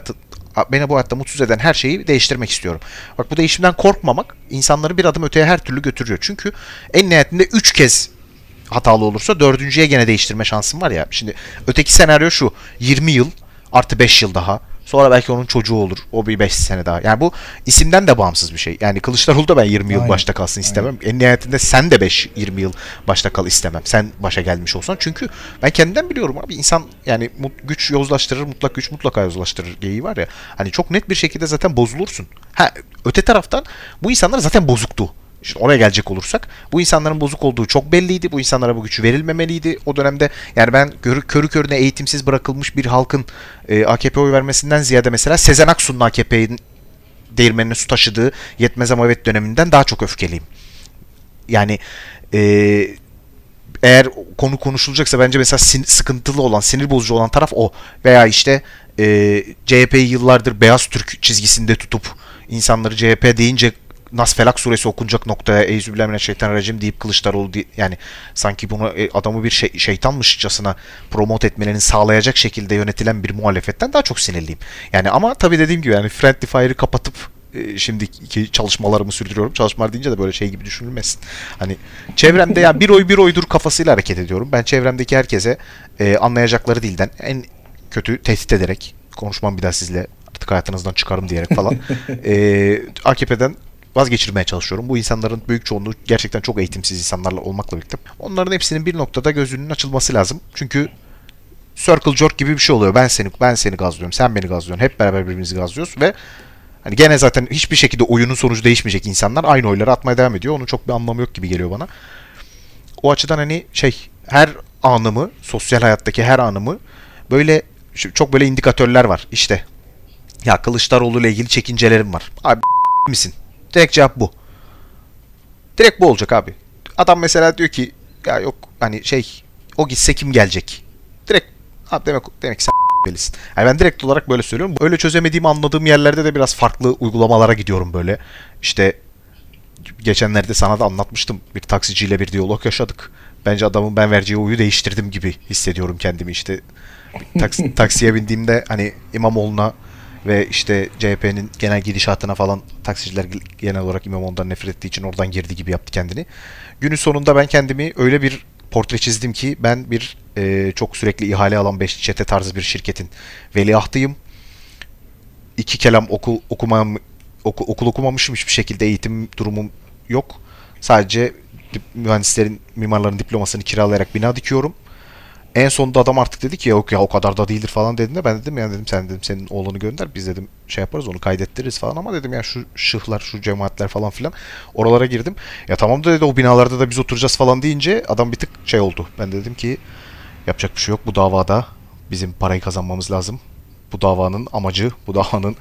Beni bu hayatta mutsuz eden her şeyi değiştirmek istiyorum. Bak bu değişimden korkmamak insanları bir adım öteye her türlü götürüyor. Çünkü en nihayetinde 3 kez hatalı olursa dördüncüye gene değiştirme şansın var ya. Şimdi öteki senaryo şu: 20 yıl artı 5 yıl daha. Sonra belki onun çocuğu olur. O bir 5 sene daha. Yani bu isimden de bağımsız bir şey. Yani Kılıçdaroğlu da ben 20 yıl Aynen. başta kalsın istemem. Aynen. En nihayetinde sen de 20 yıl başta kal istemem. Sen başa gelmiş olsan. Çünkü ben kendimden biliyorum abi. İnsan yani güç yozlaştırır, mutlak güç mutlaka yozlaştırır geyiği var ya. Hani çok net bir şekilde zaten bozulursun. Ha, öte taraftan bu insanlar zaten bozuktu. İşte oraya gelecek olursak bu insanların bozuk olduğu çok belliydi. Bu insanlara bu güç verilmemeliydi. O dönemde yani ben körü körüne eğitimsiz bırakılmış bir halkın AKP oy vermesinden ziyade mesela Sezen Aksu'nun AKP'nin değirmenine su taşıdığı Yetmez Ama Evet döneminden daha çok öfkeliyim. Yani e, eğer konu konuşulacaksa bence mesela sıkıntılı olan, sinir bozucu olan taraf o. Veya işte CHP'yi yıllardır beyaz Türk çizgisinde tutup insanları CHP deyince Nas Felak suresi okunacak noktaya Eyyüzübillahimineşşeytanirracim deyip Kılıçdaroğlu yani sanki bunu adamı bir şeytanmışçasına promote etmelerini sağlayacak şekilde yönetilen bir muhalefetten daha çok sinirliyim. Yani ama tabii dediğim gibi yani Friendly Fire'ı kapatıp şimdiki çalışmalarımı sürdürüyorum. Çalışmalar deyince de böyle şey gibi düşünülmesin. Hani çevremde ya bir oy bir oydur kafasıyla hareket ediyorum. Ben çevremdeki herkese anlayacakları dilden en kötü tehdit ederek konuşmam bir daha sizle artık hayatınızdan çıkarım diyerek falan AKP'den vazgeçirmeye çalışıyorum. Bu insanların büyük çoğunluğu gerçekten çok eğitimsiz insanlarla olmakla birlikte. Onların hepsinin bir noktada gözünün açılması lazım. Çünkü circle jerk gibi bir şey oluyor. Ben seni gazlıyorum, sen beni gazlıyorsun. Hep beraber birbirimizi gazlıyoruz ve hani gene zaten hiçbir şekilde oyunun sonucu değişmeyecek insanlar aynı oyları atmaya devam ediyor. Onun çok bir anlamı yok gibi geliyor bana. O açıdan hani her anımı, sosyal hayattaki her anımı böyle çok böyle indikatörler var. İşte ya Kılıçdaroğlu ile ilgili çekincelerim var. Abi misin? Direkt cevap bu. Direkt bu olacak abi. Adam mesela diyor ki ya yok hani o gitse kim gelecek? Direkt abi demek ki sen belisin. Yani ben direkt olarak böyle söylüyorum. Öyle çözemediğimi anladığım yerlerde de biraz farklı uygulamalara gidiyorum böyle. İşte geçenlerde sana da anlatmıştım. Bir taksiciyle bir diyalog yaşadık. Bence adamın ben vereceği oyu değiştirdim gibi hissediyorum kendimi işte. Taksiye bindiğimde hani İmamoğlu'na ve işte CHP'nin genel gidişatına falan taksiciler genel olarak İmamoğlu'ndan nefret ettiği için oradan girdi gibi yaptı kendini. Günün sonunda ben kendimi öyle bir portre çizdim ki ben bir çok sürekli ihale alan 5 çete tarzı bir şirketin veliahtıyım. İki kelam okul okumamışım, hiçbir şekilde eğitim durumum yok. Sadece mühendislerin, mimarların diplomasını kiralayarak bina dikiyorum. En sonunda adam artık dedi ki yok ya o kadar da değildir falan dediğinde ben dedim yani dedim sen dedim senin oğlunu gönder biz dedim şey yaparız onu kaydettiririz falan ama dedim ya şu şıhlar şu cemaatler falan filan oralara girdim. Ya tamam da dedi o binalarda da biz oturacağız falan deyince adam bir tık şey oldu. Ben de dedim ki yapacak bir şey yok bu davada bizim parayı kazanmamız lazım. Bu davanın amacı bu davanın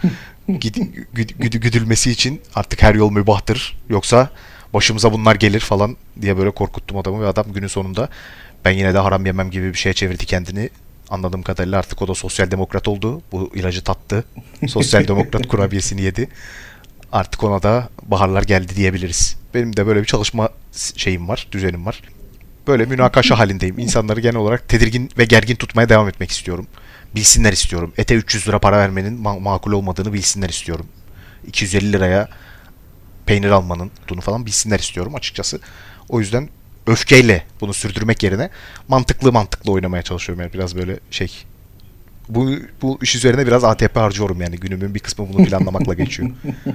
güdülmesi için artık her yol mübahtır yoksa başımıza bunlar gelir falan diye böyle korkuttum adamı ve adam günün sonunda ben yine de haram yemem gibi bir şeye çevirdi kendini. Anladığım kadarıyla artık o da sosyal demokrat oldu. Bu ilacı tattı. Sosyal demokrat kurabiyesini yedi. Artık ona da baharlar geldi diyebiliriz. Benim de böyle bir çalışma şeyim var, düzenim var. Böyle münakaşa halindeyim. İnsanları genel olarak tedirgin ve gergin tutmaya devam etmek istiyorum. Bilsinler istiyorum. Ete 300 lira para vermenin makul olmadığını bilsinler istiyorum. 250 liraya peynir almanın bunu falan bilsinler istiyorum açıkçası. O yüzden öfkeyle bunu sürdürmek yerine mantıklı oynamaya çalışıyorum yani biraz böyle şey. Bu iş üzerine biraz ATP harcıyorum yani günümün bir kısmı bunu planlamakla geçiyor.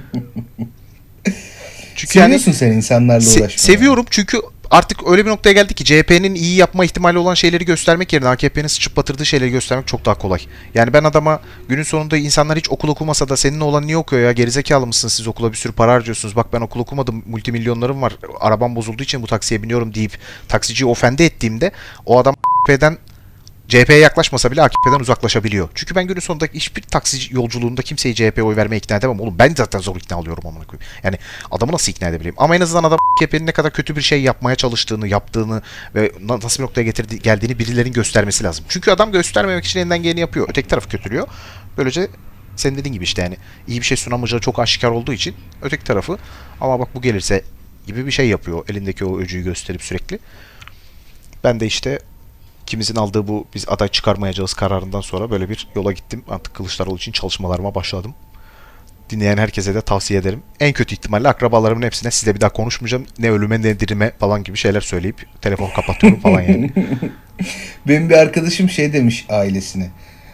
Çünkü Seviyorsun sen insanlarla uğraşmayı. seviyorum çünkü artık öyle bir noktaya geldik ki CHP'nin iyi yapma ihtimali olan şeyleri göstermek yerine AKP'nin sıçıp batırdığı şeyleri göstermek çok daha kolay. Yani ben adama günün sonunda insanlar hiç okul okumasa da senin oğlan niye okuyor ya, gerizekalı mısınız siz, okula bir sürü para harcıyorsunuz, bak ben okul okumadım, multimilyonlarım var, arabam bozulduğu için bu taksiye biniyorum deyip taksiciyi ofende ettiğimde o adam AKP'den CHP'ye yaklaşmasa bile AKP'den uzaklaşabiliyor. Çünkü ben günün sonunda hiçbir taksici yolculuğunda kimseyi CHP'ye oy vermeye ikna edemem. Oğlum ben zaten zor ikna alıyorum amına koyayım. Yani adamı nasıl ikna edebileyim? Ama en azından adam AKP'nin ne kadar kötü bir şey yapmaya çalıştığını, yaptığını ve nasıl bir noktaya geldiğini birilerinin göstermesi lazım. Çünkü adam göstermemek için elinden geleni yapıyor. Öteki tarafı kötülüyor. Böylece senin dediğin gibi işte yani iyi bir şey sunamayacağı çok aşikar olduğu için öteki tarafı ama bak bu gelirse gibi bir şey yapıyor. Elindeki o öcüyü gösterip sürekli. Ben de işte ikimizin aldığı bu biz aday çıkarmayacağız kararından sonra böyle bir yola gittim. Artık Kılıçdaroğlu için çalışmalarıma başladım. Dinleyen herkese de tavsiye ederim. En kötü ihtimalle akrabalarımın hepsine sizle bir daha konuşmayacağım. Ne ölüme ne dirime falan gibi şeyler söyleyip telefonu kapatıyorum falan yani. Benim bir arkadaşım şey demiş ailesine.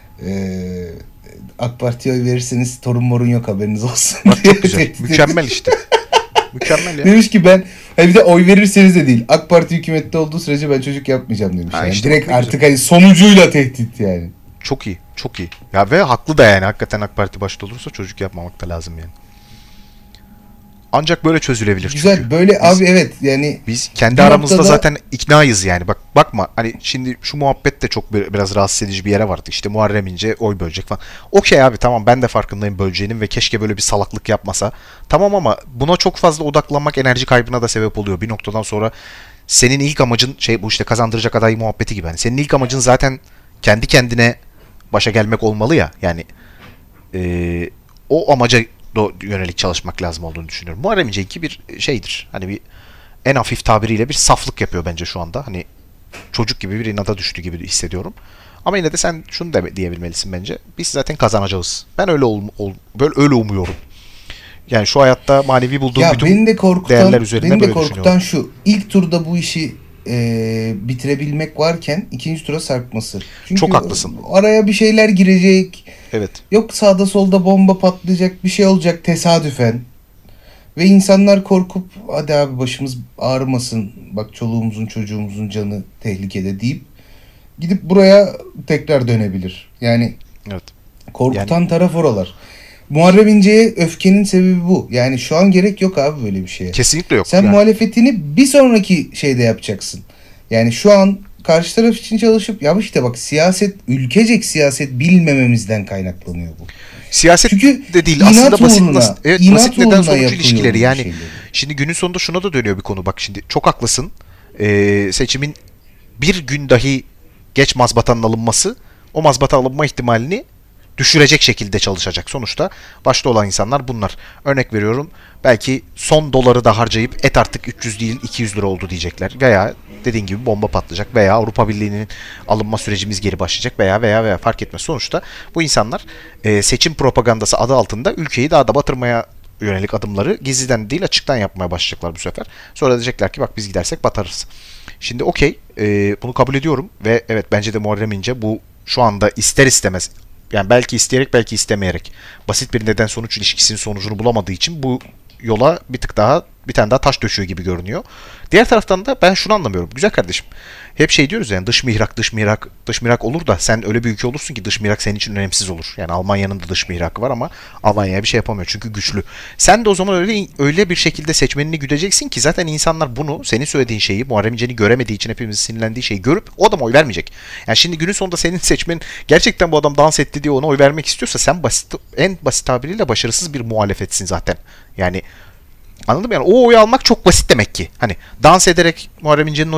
AK Parti'ye oy verirseniz torun morun yok haberiniz olsun. Bak çok güzel. Mükemmel işte. Mükemmel ya. Demiş ki ben bir de oy verirseniz de değil. AK Parti hükümette olduğu sürece ben çocuk yapmayacağım demiş. Ha, Yani. işte Direkt bak, artık hani sonucuyla tehdit yani. Çok iyi. Çok iyi. Ya ve haklı da yani. Hakikaten AK Parti başta olursa çocuk yapmamak da lazım yani. Ancak böyle çözülebilir Güzel çünkü. böyle abi evet yani. Biz kendi bir aramızda noktada zaten iknayız yani. Bak bakma hani şimdi şu muhabbet de çok biraz rahatsız edici bir yere vardı. İşte Muharrem İnce oy bölecek falan. Okey abi tamam ben de farkındayım böleceğinin ve keşke böyle bir salaklık yapmasa. Tamam ama buna çok fazla odaklanmak enerji kaybına da sebep oluyor. Bir noktadan sonra senin ilk amacın şey bu işte kazandıracak aday muhabbeti gibi. Hani senin ilk amacın zaten kendi kendine başa gelmek olmalı ya. Yani o amaca yönelik çalışmak lazım olduğunu düşünüyorum. Muharrem İnce'ninki bir şeydir. Hani bir en hafif tabiriyle bir saflık yapıyor bence şu anda. Hani çocuk gibi bir inada düştü gibi hissediyorum. Ama yine de sen şunu da diyebilmelisin bence. Biz zaten kazanacağız. Ben öyle böyle öyle umuyorum. Yani şu hayatta manevi bulduğum ya bütün beni de korkutan, değerler üzerine beni de böyle korkutan düşünüyorum. şu. İlk turda bu işi bitirebilmek varken ikinci tura sarkması. Çünkü Çok haklısın. araya bir şeyler girecek. Evet. Yok sağda solda bomba patlayacak, bir şey olacak tesadüfen. Ve insanlar korkup hadi abi başımız ağrımasın, bak çoluğumuzun çocuğumuzun canı tehlikede deyip gidip buraya tekrar dönebilir. Yani Evet. korkutan Yani taraf oralar. Muharrem İnce'ye öfkenin sebebi bu. Yani şu an gerek yok abi böyle bir şeye. kesinlikle yok. Sen Yani muhalefetini bir sonraki şeyde yapacaksın. Yani şu an karşı taraf için çalışıp ya işte bak siyaset, ülkecek siyaset bilmememizden kaynaklanıyor bu. siyaset Çünkü de değil inat aslında basit uğruna, evet, inat basit neden uğruna sonuç yapıyor ilişkileri bu yani. şeyleri. Şimdi günün sonunda şuna da dönüyor bir konu. Bak şimdi çok haklısın. Seçimin bir gün dahi geç mazbatanın alınması o mazbata alınma ihtimalini düşürecek şekilde çalışacak. Sonuçta başta olan insanlar bunlar. Örnek veriyorum belki son doları da harcayıp et artık 300 değil 200 lira oldu diyecekler. Veya dediğin gibi bomba patlayacak veya Avrupa Birliği'nin alınma sürecimiz geri başlayacak veya fark etmez. Sonuçta bu insanlar seçim propagandası adı altında ülkeyi daha da batırmaya yönelik adımları gizliden değil açıktan yapmaya başlayacaklar bu sefer. Sonra diyecekler ki bak biz gidersek batarız. Şimdi okey bunu kabul ediyorum ve evet bence de Muharrem İnce bu şu anda ister istemez yani belki isteyerek belki istemeyerek basit bir neden sonuç ilişkisinin sonucunu bulamadığı için bu yola bir tane daha taş döşüyor gibi görünüyor. Diğer taraftan da ben şunu anlamıyorum. Güzel kardeşim. Hep şey diyoruz yani dış mihrak olur da sen öyle bir ülke olursun ki dış mihrak senin için önemsiz olur. Yani Almanya'nın da dış mihrakı var ama Almanya'ya bir şey yapamıyor çünkü güçlü. Sen de o zaman öyle bir şekilde seçmenini güdeceksin ki zaten insanlar bunu senin söylediğin şeyi Muharrem İnce'nin göremediği için hepimizin sinirlendiği şeyi görüp o adama oy vermeyecek. Yani şimdi günün sonunda senin seçmenin gerçekten bu adam dans etti diye ona oy vermek istiyorsa sen en basit tabiriyle başarısız bir muhalefetsin zaten. Yani anladın mı? Yani o oyu almak çok basit demek ki. Hani dans ederek Muharrem İnce'nin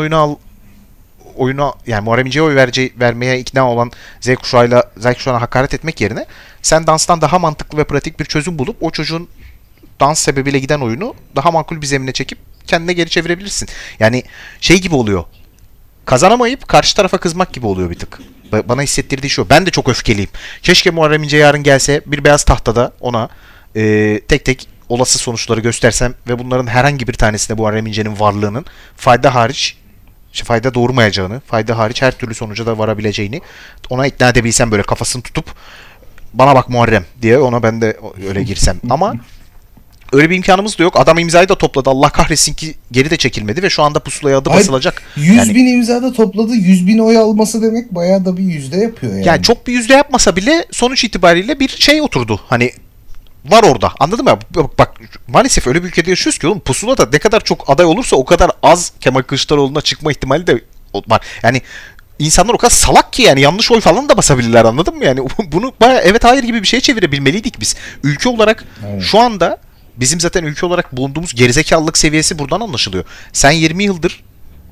oyunu yani Muharrem İnce'ye oy vermeye ikna olan Z kuşağına hakaret etmek yerine sen danstan daha mantıklı ve pratik bir çözüm bulup o çocuğun dans sebebiyle giden oyunu daha makul bir zemine çekip kendine geri çevirebilirsin. Yani şey gibi oluyor. Kazanamayıp karşı tarafa kızmak gibi oluyor bir tık. Bana hissettirdiği şu. Ben de çok öfkeliyim. Keşke Muharrem İnce yarın gelse bir beyaz tahtada ona tek tek olası sonuçları göstersem ve bunların herhangi bir tanesinde Muharrem İnce'nin varlığının fayda hariç fayda doğurmayacağını, fayda hariç her türlü sonuca da varabileceğini ona ikna edebilsem, böyle kafasını tutup bana bak Muharrem diye ona ben de öyle girsem. Ama öyle bir imkanımız da yok. Adam imzayı da topladı. Allah kahretsin ki geri de çekilmedi ve şu anda pusulaya adı basılacak. 100 bin imza da topladı. 100 bin oy alması demek bayağı da bir yüzde yapıyor yani. Yani çok bir yüzde yapmasa bile sonuç itibariyle bir şey oturdu. Hani var orada. Anladın mı? Bak maalesef öyle bir ülkede yaşıyoruz ki oğlum, pusulada ne kadar çok aday olursa o kadar az Kemal Kılıçdaroğlu'na çıkma ihtimali de var. Yani insanlar o kadar salak ki yani yanlış oy falan da basabilirler, anladın mı? Yani bunu bayağı evet hayır gibi bir şeye çevirebilmeliydik biz. Ülke olarak Evet. şu anda bizim zaten ülke olarak bulunduğumuz gerizekalılık seviyesi buradan anlaşılıyor. Sen 20 yıldır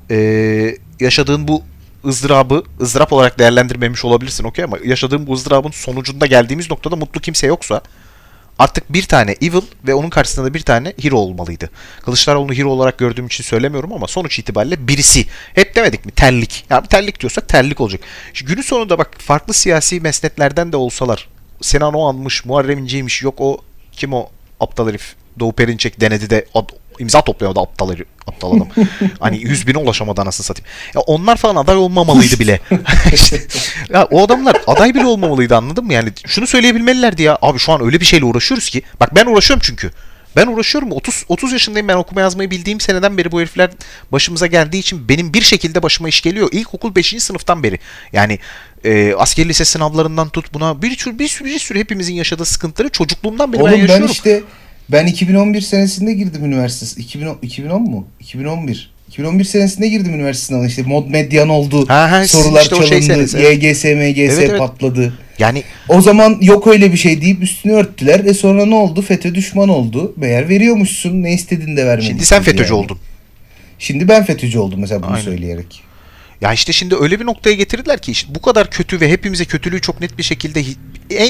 yaşadığın bu ızdırap olarak değerlendirmemiş olabilirsin, okey, ama yaşadığın bu ızdırabın sonucunda geldiğimiz noktada mutlu kimse yoksa artık bir tane evil ve onun karşısında da bir tane hero olmalıydı. Kılıçdaroğlu'nu hero olarak gördüğüm için söylemiyorum ama sonuç itibariyle birisi. Hep demedik mi? Terlik. Ya bir terlik diyorsak terlik olacak. Şimdi günün sonunda bak, farklı siyasi mesnetlerden de olsalar, Sinan Oğan'mış, Muharrem İnce'ymiş, yok o kim o aptal herif Doğu Perinçek denedi de imza topluyordu aptal adam. Hani 100 bine ulaşamadı anasını satayım. Ya onlar falan aday olmamalıydı bile. İşte, ya o adamlar aday bile olmamalıydı, anladın mı? Yani şunu söyleyebilmelilerdi ya. Abi şu an öyle bir şeyle uğraşıyoruz ki. Bak ben uğraşıyorum çünkü. Ben uğraşıyorum. 30 yaşındayım ben, okuma yazmayı bildiğim seneden beri bu herifler başımıza geldiği için benim bir şekilde başıma iş geliyor. İlkokul 5. sınıftan beri. Yani asker lise sınavlarından tut buna bir sürü hepimizin yaşadığı sıkıntıları çocukluğumdan beri ben Oğlum yaşıyorum. ben 2011 senesinde girdim üniversitesi. 2010 mu? 2011. 2011 senesinde girdim üniversite sınavına. İşte mod medyan oldu. Sorular işte o şey çalındı. senesi, evet. YGS, MGS Evet. patladı. Yani O zaman yok öyle bir şey deyip üstünü örttüler. Sonra ne oldu? FETÖ düşman oldu. Meğer veriyormuşsun. Ne istediğini de vermedin. şimdi sen FETÖ'cü yani. oldun. Şimdi ben FETÖ'cü oldum mesela bunu Aynen. söyleyerek. Ya işte şimdi öyle bir noktaya getirdiler ki işte bu kadar kötü ve hepimize kötülüğü çok net bir şekilde en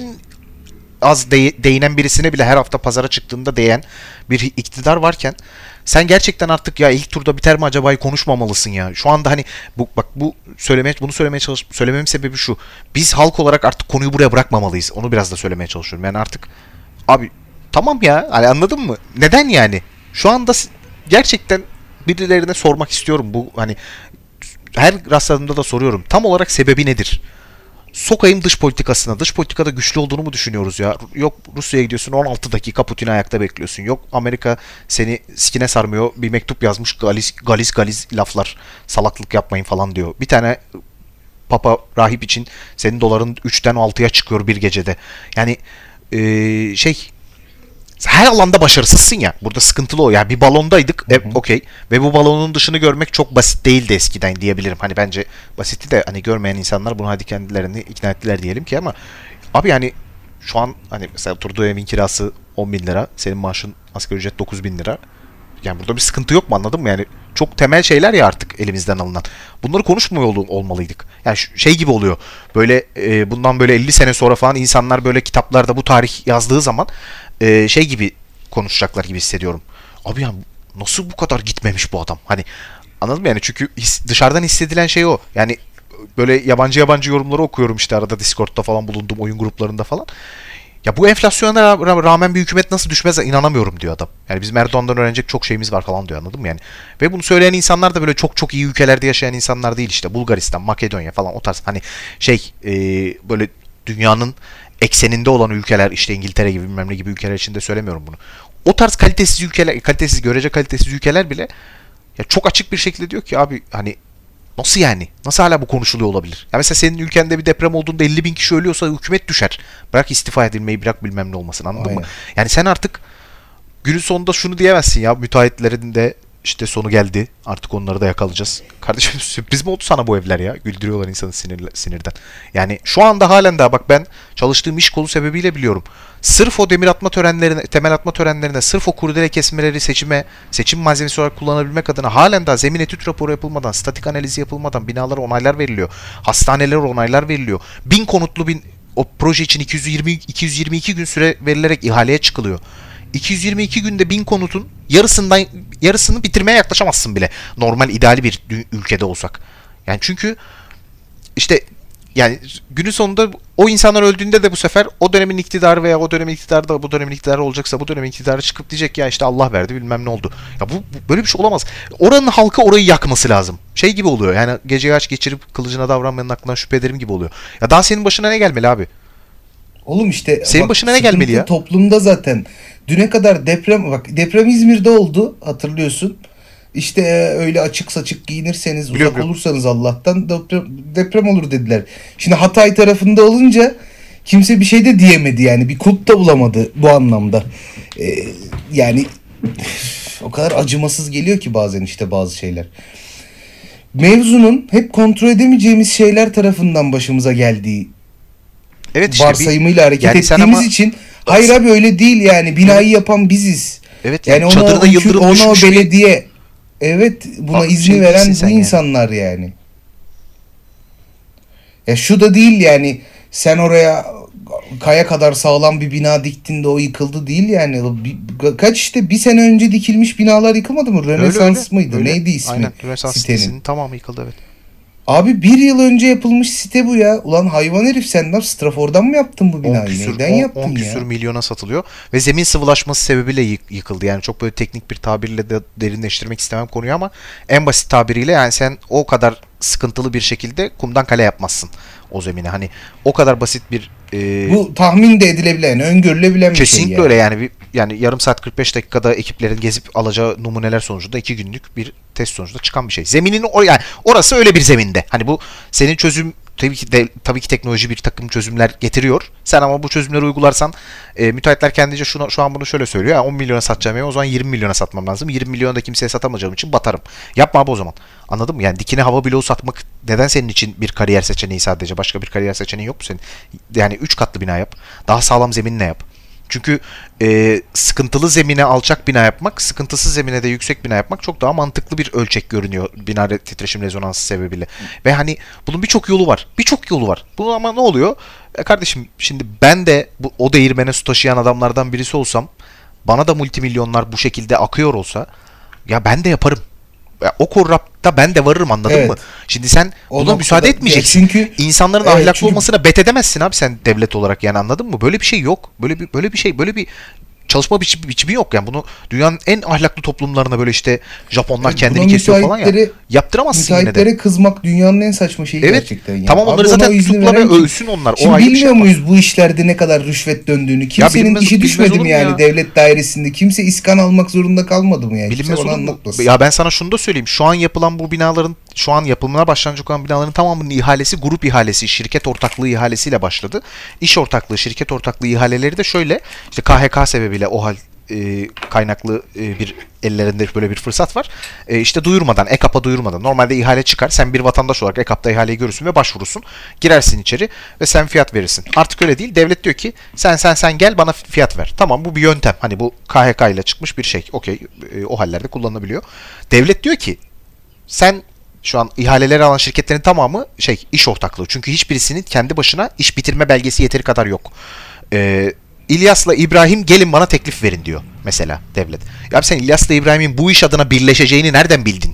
az değinen birisine bile her hafta pazara çıktığında değen bir iktidar varken sen gerçekten artık ya ilk turda biter mi acaba'yı konuşmamalısın ya. Şu anda hani bunu söylememin sebebi şu. Biz halk olarak artık konuyu buraya bırakmamalıyız. Onu biraz da söylemeye çalışıyorum. Yani artık abi tamam ya, hani anladın mı? Neden yani? Şu anda gerçekten birilerine sormak istiyorum, bu hani her rastladığımda da soruyorum. Tam olarak sebebi nedir? Sokayım dış politikasına. Dış politikada güçlü olduğunu mu düşünüyoruz ya? Yok Rusya'ya gidiyorsun 16 dakika Putin'i ayakta bekliyorsun. Yok Amerika seni sikine sarmıyor. Bir mektup yazmış galiz laflar. Salaklık yapmayın falan diyor. Bir tane Papa rahip için senin doların 3'ten 6'ya çıkıyor bir gecede. Yani her alanda başarısızsın ya. Burada sıkıntılı o. Yani bir balondaydık. Okey. Ve bu balonun dışını görmek çok basit değildi eskiden diyebilirim. Hani bence basitti de hani görmeyen insanlar bunu hadi kendilerini ikna ettiler diyelim ki, ama abi yani şu an hani mesela oturduğu evin kirası 10 bin lira. Senin maaşın asgari ücret 9 bin lira. Yani burada bir sıkıntı yok mu, anladın mı? Yani çok temel şeyler ya artık elimizden alınan. Bunları konuşmuyor olmalıydık. Yani şey gibi oluyor. Böyle bundan böyle 50 sene sonra falan insanlar böyle kitaplarda bu tarih yazdığı zaman şey gibi konuşacaklar gibi hissediyorum. Abi ya nasıl bu kadar gitmemiş bu adam? Hani anladın mı yani? Çünkü dışarıdan hissedilen şey o. Yani böyle yabancı yorumları okuyorum işte arada, Discord'da falan bulunduğum oyun gruplarında falan. Ya bu enflasyona rağmen bir hükümet nasıl düşmez inanamıyorum diyor adam. Yani bizim Erdoğan'dan öğrenecek çok şeyimiz var falan diyor, anladın mı yani? Ve bunu söyleyen insanlar da böyle çok iyi ülkelerde yaşayan insanlar değil işte. Bulgaristan, Makedonya falan o tarz hani böyle dünyanın ekseninde olan ülkeler, işte İngiltere gibi bilmem ne gibi ülkeler için de söylemiyorum bunu. O tarz görece kalitesiz ülkeler bile ya çok açık bir şekilde diyor ki abi hani nasıl yani? Nasıl hala bu konuşuluyor olabilir? Ya mesela senin ülkende bir deprem olduğunda 50 bin kişi ölüyorsa hükümet düşer. Bırak istifa edilmeyi, bırak bilmem ne olmasın, anladın mı? Yani sen artık günün sonunda şunu diyemezsin ya, müteahhitlerin de işte sonu geldi. Artık onları da yakalayacağız. Kardeşim sürpriz mi oldu sana bu evler ya? Güldürüyorlar insanı sinirden. Yani şu anda halen daha bak ben çalıştığım iş kolu sebebiyle biliyorum. Sırf o temel atma törenlerine, sırf o kurdele kesmeleri seçim malzemesi olarak kullanabilmek adına halen daha zemin etüt raporu yapılmadan, statik analizi yapılmadan binalara onaylar veriliyor. Hastanelere onaylar veriliyor. 1000 konutlu o proje için 222 gün süre verilerek ihaleye çıkılıyor. 222 günde 1000 konutun yarısını bitirmeye yaklaşamazsın bile. Normal ideali bir ülkede olsak. Yani çünkü işte yani günün sonunda o insanlar öldüğünde de bu sefer o dönemin iktidarı veya o dönemin iktidarı da bu dönemin iktidarı olacaksa bu dönemin iktidarı çıkıp diyecek ya işte Allah verdi bilmem ne oldu. Ya böyle bir şey olamaz. Oranın halkı orayı yakması lazım. Şey gibi oluyor. Yani gece aç geçirip kılıcına davranmayanın aklından şüphe ederim gibi oluyor. Ya daha senin başına ne gelmeli abi? Oğlum işte Senin bak, başına ne sıkıntı gelmeli ya? toplumda zaten. Düne kadar deprem İzmir'de oldu, hatırlıyorsun. İşte öyle açık saçık giyinirseniz, Biliyorum, uzak biliyorum. olursanız Allah'tan deprem olur dediler. Şimdi Hatay tarafında olunca kimse bir şey de diyemedi, yani bir kulp da bulamadı bu anlamda. Yani o kadar acımasız geliyor ki bazen işte bazı şeyler. Mevzunun hep kontrol edemeyeceğimiz şeyler tarafından başımıza geldiği Evet işte varsayımıyla hareket yani sen ettiğimiz ama için, hayır abi öyle değil, yani binayı yapan biziz. evet Yani yani çadırına yıldırım ona o düşmüş bir belediye, evet, buna izni şey veren değilsin bu sen yani. insanlar yani. Ya şu da değil yani, sen oraya kaya kadar sağlam bir bina diktin de o yıkıldı değil yani. Kaç işte bir sene önce dikilmiş binalar yıkılmadı mı? Öyle Rönesans mıydı? öyle. Neydi ismi Aynen. Rönesans sitenin? sitesinin tamamı yıkıldı, evet. Abi bir yıl önce yapılmış site bu ya. Ulan hayvan herif, sen de Strafor'dan mı yaptın bu 10 binayı? küsür, Neyden 10 yaptın küsür ya? milyona satılıyor ve zemin sıvılaşması sebebiyle yıkıldı. Yani çok böyle teknik bir tabirle de derinleştirmek istemem konuyu ama en basit tabiriyle yani sen o kadar sıkıntılı bir şekilde kumdan kale yapmazsın o zemine. Hani o kadar basit bir Bu tahmin de edilebilen, öngörülebilen bir şey kesinlikle yani. öyle yani yani yarım saat 45 dakikada ekiplerin gezip alacağı numuneler sonucunda 2 günlük bir test sonucunda çıkan bir şey. Zeminin yani orası öyle bir zeminde. Hani bu senin çözüm tabii ki teknoloji bir takım çözümler getiriyor. Sen ama bu çözümleri uygularsan müteahhitler kendince şu an bunu şöyle söylüyor. Yani 10 milyona satacağım ya, o zaman 20 milyona satmam lazım. 20 milyona da kimseye satamayacağım için batarım. Yapma abi o zaman. Anladın mı? Yani dikine hava bloğu satmak neden senin için bir kariyer seçeneği sadece? Başka bir kariyer seçeneği yok mu senin? Yani 3 katlı bina yap. Daha sağlam zeminle yap. Çünkü sıkıntılı zemine alçak bina yapmak, sıkıntısız zemine de yüksek bina yapmak çok daha mantıklı bir ölçek görünüyor bina titreşim rezonansı sebebiyle. Ve hani bunun birçok yolu var. Birçok yolu var. Bu ama ne oluyor? Kardeşim şimdi ben de o değirmene su taşıyan adamlardan birisi olsam, bana da multimilyonlar bu şekilde akıyor olsa ya ben de yaparım. Ya o korrapta ben de varırım, anladın Evet. mı? Şimdi sen O buna müsaade noktada- etmeyeceksin. çünkü İnsanların evet, ahlaklı çünkü olmasına bet edemezsin abi sen devlet olarak, yani anladın mı? Böyle bir şey yok. Böyle bir çalışma biçimi yok yani. Bunu dünyanın en ahlaklı toplumlarına böyle işte Japonlar kendini buna kesiyor falan ya. Yaptıramazsın yine de. müteahhitlere kızmak dünyanın en saçma şeyi Evet. gerçekten ya. Tamam, Abi onları ona zaten izni tutukla ve veren kim? ölsün onlar. O Şimdi ayrı bir şey bilmiyor ama. muyuz bu işlerde ne kadar rüşvet döndüğünü? Kimsenin bilinmez- dişi bilmez düşmedi olur mi mu yani ya? devlet dairesinde? Kimse iskan almak zorunda kalmadı mı yani? Kimse Bilinmez bana olur mu? anlatmasın. Ya ben sana şunu da söyleyeyim. Şu an yapılan bu binaların, şu an yapılmaya başlanacak olan binaların tamamının ihalesi grup ihalesi, şirket ortaklığı ihalesiyle başladı. İş ortaklığı, şirket ortaklığı ihaleleri de şöyle. İşte KHK sebebiyle OHAL kaynaklı bir ellerinde böyle bir fırsat var. İşte duyurmadan, EKAP'a duyurmadan. Normalde ihale çıkar. Sen bir vatandaş olarak EKAP'ta ihaleyi görürsün ve başvurursun. Girersin içeri ve sen fiyat verirsin. Artık öyle değil. Devlet diyor ki sen gel bana fiyat ver. Tamam, bu bir yöntem. Hani bu KHK ile çıkmış bir şey. Okey. O hallerde kullanılabiliyor. Devlet diyor ki sen şu an ihaleleri alan şirketlerin tamamı iş ortaklığı. Çünkü hiçbirisinin kendi başına iş bitirme belgesi yeteri kadar yok. İlyas'la İbrahim gelin bana teklif verin diyor mesela devlet. Ya sen İlyas'la İbrahim'in bu iş adına birleşeceğini nereden bildin?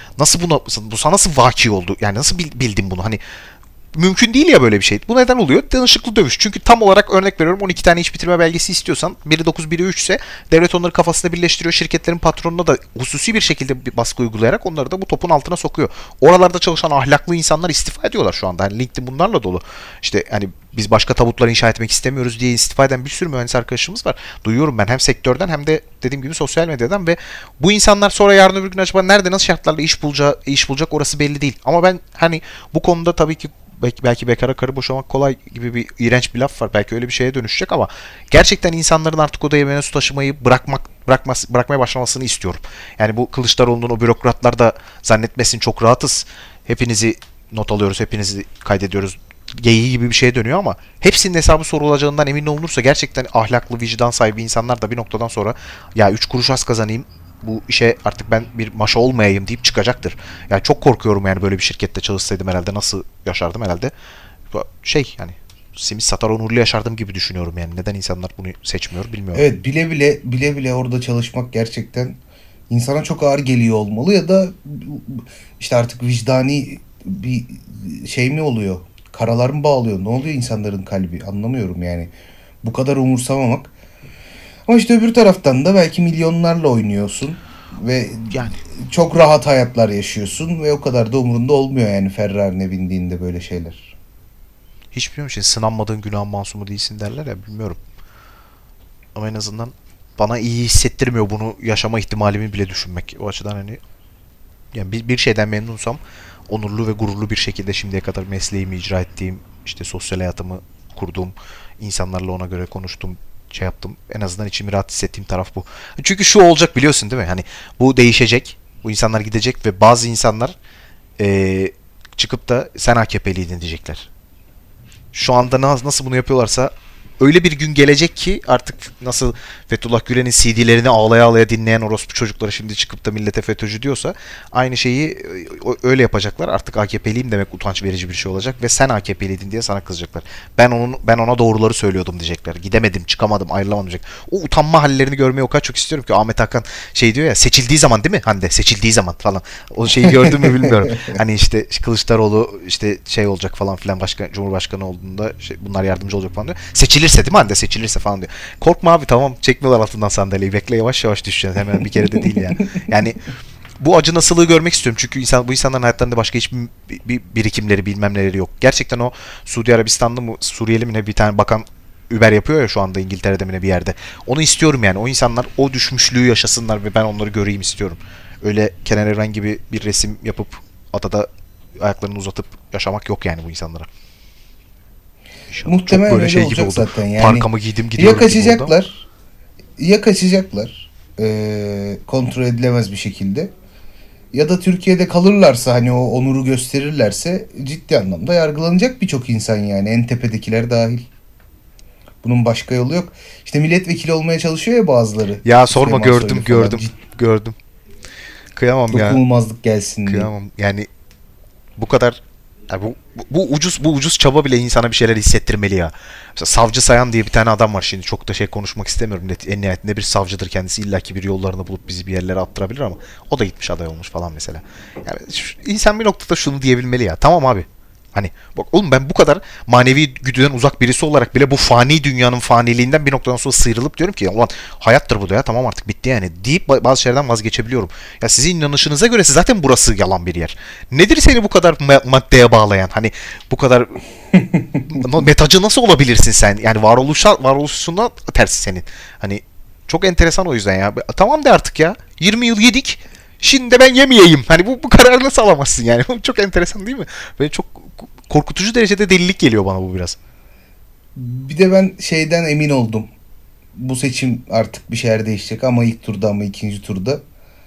Bu sana nasıl vaki oldu? Yani nasıl bildin bunu? Hani mümkün değil ya böyle bir şey. Bu neden oluyor? Danışıklı dövüş. Çünkü tam olarak örnek veriyorum, 12 tane iş bitirme belgesi istiyorsan biri 9 biri 3 ise devlet onları kafasında birleştiriyor. Şirketlerin patronuna da hususi bir şekilde bir baskı uygulayarak onları da bu topun altına sokuyor. Oralarda çalışan ahlaklı insanlar istifa ediyorlar şu anda. Hani LinkedIn bunlarla dolu. İşte hani biz başka tabutlar inşa etmek istemiyoruz diye istifa eden bir sürü mühendis arkadaşımız var. Duyuyorum ben hem sektörden hem de dediğim gibi sosyal medyadan ve bu insanlar sonra yarın öbür gün acaba nerede nasıl şartlarla iş bulacak orası belli değil. Ama ben hani bu konuda tabii ki belki bekara karı boşamak kolay gibi bir iğrenç bir laf var. Belki öyle bir şeye dönüşecek ama gerçekten insanların artık o değirmene su taşımayı bırakmaya başlamasını istiyorum. Yani bu Kılıçdaroğlu'nun o bürokratlar da zannetmesin çok rahatız. Hepinizi not alıyoruz, hepinizi kaydediyoruz geyiği gibi bir şeye dönüyor ama hepsinin hesabı sorulacağından emin olunursa gerçekten ahlaklı, vicdan sahibi insanlar da bir noktadan sonra ya 3 kuruş az kazanayım, bu işe artık ben bir maşa olmayayım deyip çıkacaktır. Yani çok korkuyorum yani böyle bir şirkette çalışsaydım herhalde nasıl yaşardım herhalde. Yani simit satar onurlu yaşardım gibi düşünüyorum yani. Neden insanlar bunu seçmiyor bilmiyorum. Evet, bile bile orada çalışmak gerçekten insana çok ağır geliyor olmalı ya da işte artık vicdani bir şey mi oluyor? Karalar mı bağlıyor? Ne oluyor insanların kalbi? Anlamıyorum yani. Bu kadar umursamamak. Ama işte öbür taraftan da belki milyonlarla oynuyorsun ve Yani çok rahat hayatlar yaşıyorsun ve o kadar da umurunda olmuyor yani Ferrari'ne bindiğinde böyle şeyler. hiç bilmiyorum, şey, sınanmadığın günahın masumu değilsin derler ya, bilmiyorum. Ama en azından bana iyi hissettirmiyor bunu yaşama ihtimalimi bile düşünmek. O açıdan hani, yani bir şeyden memnunsam onurlu ve gururlu bir şekilde şimdiye kadar mesleğimi icra ettiğim, işte sosyal hayatımı kurduğum, insanlarla ona göre konuştum, şey yaptım. En azından içimi rahat hissettiğim taraf bu. Çünkü şu olacak, biliyorsun değil mi? Hani bu değişecek. Bu insanlar gidecek ve bazı insanlar çıkıp da sen AKP'liydin diyecekler. Şu anda nasıl bunu yapıyorlarsa öyle bir gün gelecek ki artık, nasıl Fethullah Gülen'in CD'lerini ağlaya ağlaya dinleyen orospu çocukları şimdi çıkıp da millete FETÖ'cü diyorsa, aynı şeyi öyle yapacaklar. Artık AKP'liyim demek utanç verici bir şey olacak ve sen AKP'liydin diye sana kızacaklar. Ben ona doğruları söylüyordum diyecekler. Gidemedim, çıkamadım, ayrılamadım diyecek. O utanma hallerini görmeyi o kadar çok istiyorum ki. Ahmet Hakan şey diyor ya, seçildiği zaman değil mi Hande? Seçildiği zaman falan. O şeyi gördün mü bilmiyorum. Hani işte Kılıçdaroğlu işte şey olacak falan filan, Cumhurbaşkanı olduğunda bunlar yardımcı olacak falan diyor. Seçilirse değil mi Hande? Seçilirse falan diyor. Korkma abi, tamam, çekmiyorlar altından sandalyeyi. Bekle, yavaş yavaş düşeceksin. Hemen bir kere de değil yani. Yani bu acı nasılığı görmek istiyorum. Çünkü bu insanların hayatlarında başka hiçbir birikimleri, bilmem neleri yok. Gerçekten o Suudi Arabistan'da mı, Suriyeli mi ne, bir tane bakan Uber yapıyor ya şu anda İngiltere'de mi ne bir yerde. Onu istiyorum yani. O insanlar o düşmüşlüğü yaşasınlar ve ben onları göreyim istiyorum. Öyle Kenan Evren gibi bir resim yapıp adada ayaklarını uzatıp yaşamak yok yani bu insanlara. İnşallah. Çok Muhtemelen böyle öyle şey gibi olacak oldu. zaten yani. Parkamı giydim Ya gidiyorum gibi oldu ama. kaçacaklar, ya kaçacaklar kontrol edilemez bir şekilde. Ya da Türkiye'de kalırlarsa, hani o onuru gösterirlerse, ciddi anlamda yargılanacak birçok insan yani, en tepedekiler dahil. Bunun başka yolu yok. İşte milletvekili olmaya çalışıyor ya bazıları. Ya sorma, Süleyman Soylu falan. gördüm. Kıyamam ya. Dokunulmazlık gelsin diye. Kıyamam. Yani bu kadar, yani bu ucuz çaba bile insana bir şeyler hissettirmeli ya. Mesela Savcı Sayan diye bir tane adam var, şimdi çok da şey konuşmak istemiyorum. En nihayetinde bir savcıdır kendisi, illaki bir yollarını bulup bizi bir yerlere attırabilir ama o da gitmiş aday olmuş falan mesela. Yani insan bir noktada şunu diyebilmeli ya. Tamam abi. Hani bak oğlum, ben bu kadar manevi güdüden uzak birisi olarak bile bu fani dünyanın faniliğinden bir noktadan sonra sıyrılıp diyorum ki, ulan hayattır bu da ya, tamam artık bitti yani deyip bazı şeylerden vazgeçebiliyorum. Ya sizin inanışınıza göre zaten burası yalan bir yer. Nedir seni bu kadar maddeye bağlayan? Hani bu kadar metacı nasıl olabilirsin sen? Yani varoluşuna tersi senin. Hani çok enteresan o yüzden ya. Tamam de artık ya. 20 yıl yedik. Şimdi de ben yemeyeyim. Hani bu kararı nasıl alamazsın yani? Çok enteresan değil mi? Ve çok korkutucu derecede delilik geliyor bana bu biraz. Bir de ben şeyden emin oldum. Bu seçim artık bir şeyler değişecek, ama ilk turda, ama ikinci turda.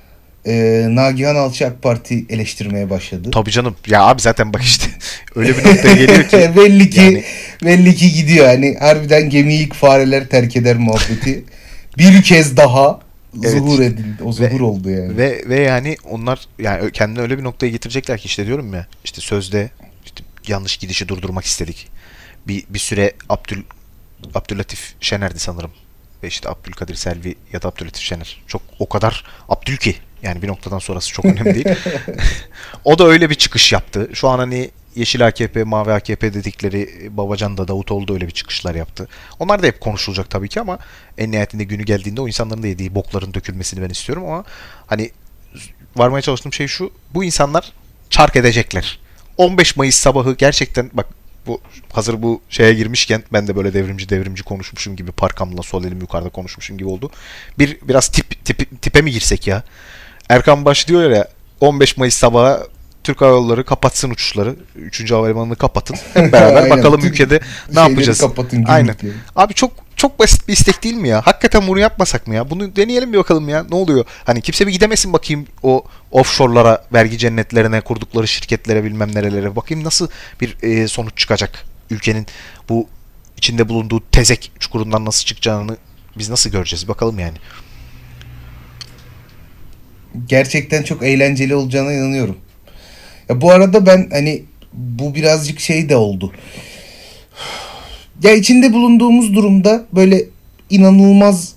Nagihan Alçı AK Parti eleştirmeye başladı. Tabii canım. Ya abi zaten bak işte öyle bir noktaya geliyor ki. belli ki yani... belli ki gidiyor. Hani harbiden gemiyi ilk fareler terk eder muhabbeti. Bir kez daha zuhur edildi. O zuhur oldu yani. Ve yani onlar yani kendini öyle bir noktaya getirecekler ki, işte diyorum ya, işte sözde işte yanlış gidişi durdurmak istedik. Bir süre Abdüllatif Şener'di sanırım. Ve işte Abdülkadir Selvi ya da Abdüllatif Şener. Çok o kadar Abdül ki. Yani bir noktadan sonrası çok önemli değil. O da öyle bir çıkış yaptı. Şu an hani Yeşil AKP, Mavi AKP dedikleri Babacan da, Davutoğlu da öyle bir çıkışlar yaptı. Onlar da hep konuşulacak tabii ki ama en nihayetinde günü geldiğinde o insanların da yediği bokların dökülmesini ben istiyorum ama hani varmaya çalıştığım şey şu. Bu insanlar çark edecekler. 15 Mayıs sabahı gerçekten bak, bu hazır bu şeye girmişken ben de böyle devrimci konuşmuşum gibi, parkamla sol elim yukarıda konuşmuşum gibi oldu. Biraz tipe mi girsek ya? Erkan Baş diyor ya, 15 Mayıs sabahı Türk Hava Yolları kapatsın uçuşları. 3. Havalimanı'nı kapatın. Hep beraber bakalım ülkede ne yapacağız. Kapatın, aynen. Abi çok basit bir istek değil mi ya? Hakikaten bunu yapmasak mı ya? Bunu deneyelim bir bakalım ya. Ne oluyor? Hani kimse bir gidemesin bakayım o offshore'lara, vergi cennetlerine, kurdukları şirketlere, bilmem nerelere. Bakayım nasıl bir sonuç çıkacak. Ülkenin bu içinde bulunduğu tezek çukurundan nasıl çıkacağını biz nasıl göreceğiz? Bakalım yani. Gerçekten çok eğlenceli olacağına inanıyorum. Ya bu arada ben hani bu birazcık şey de oldu. Ya içinde bulunduğumuz durumda böyle inanılmaz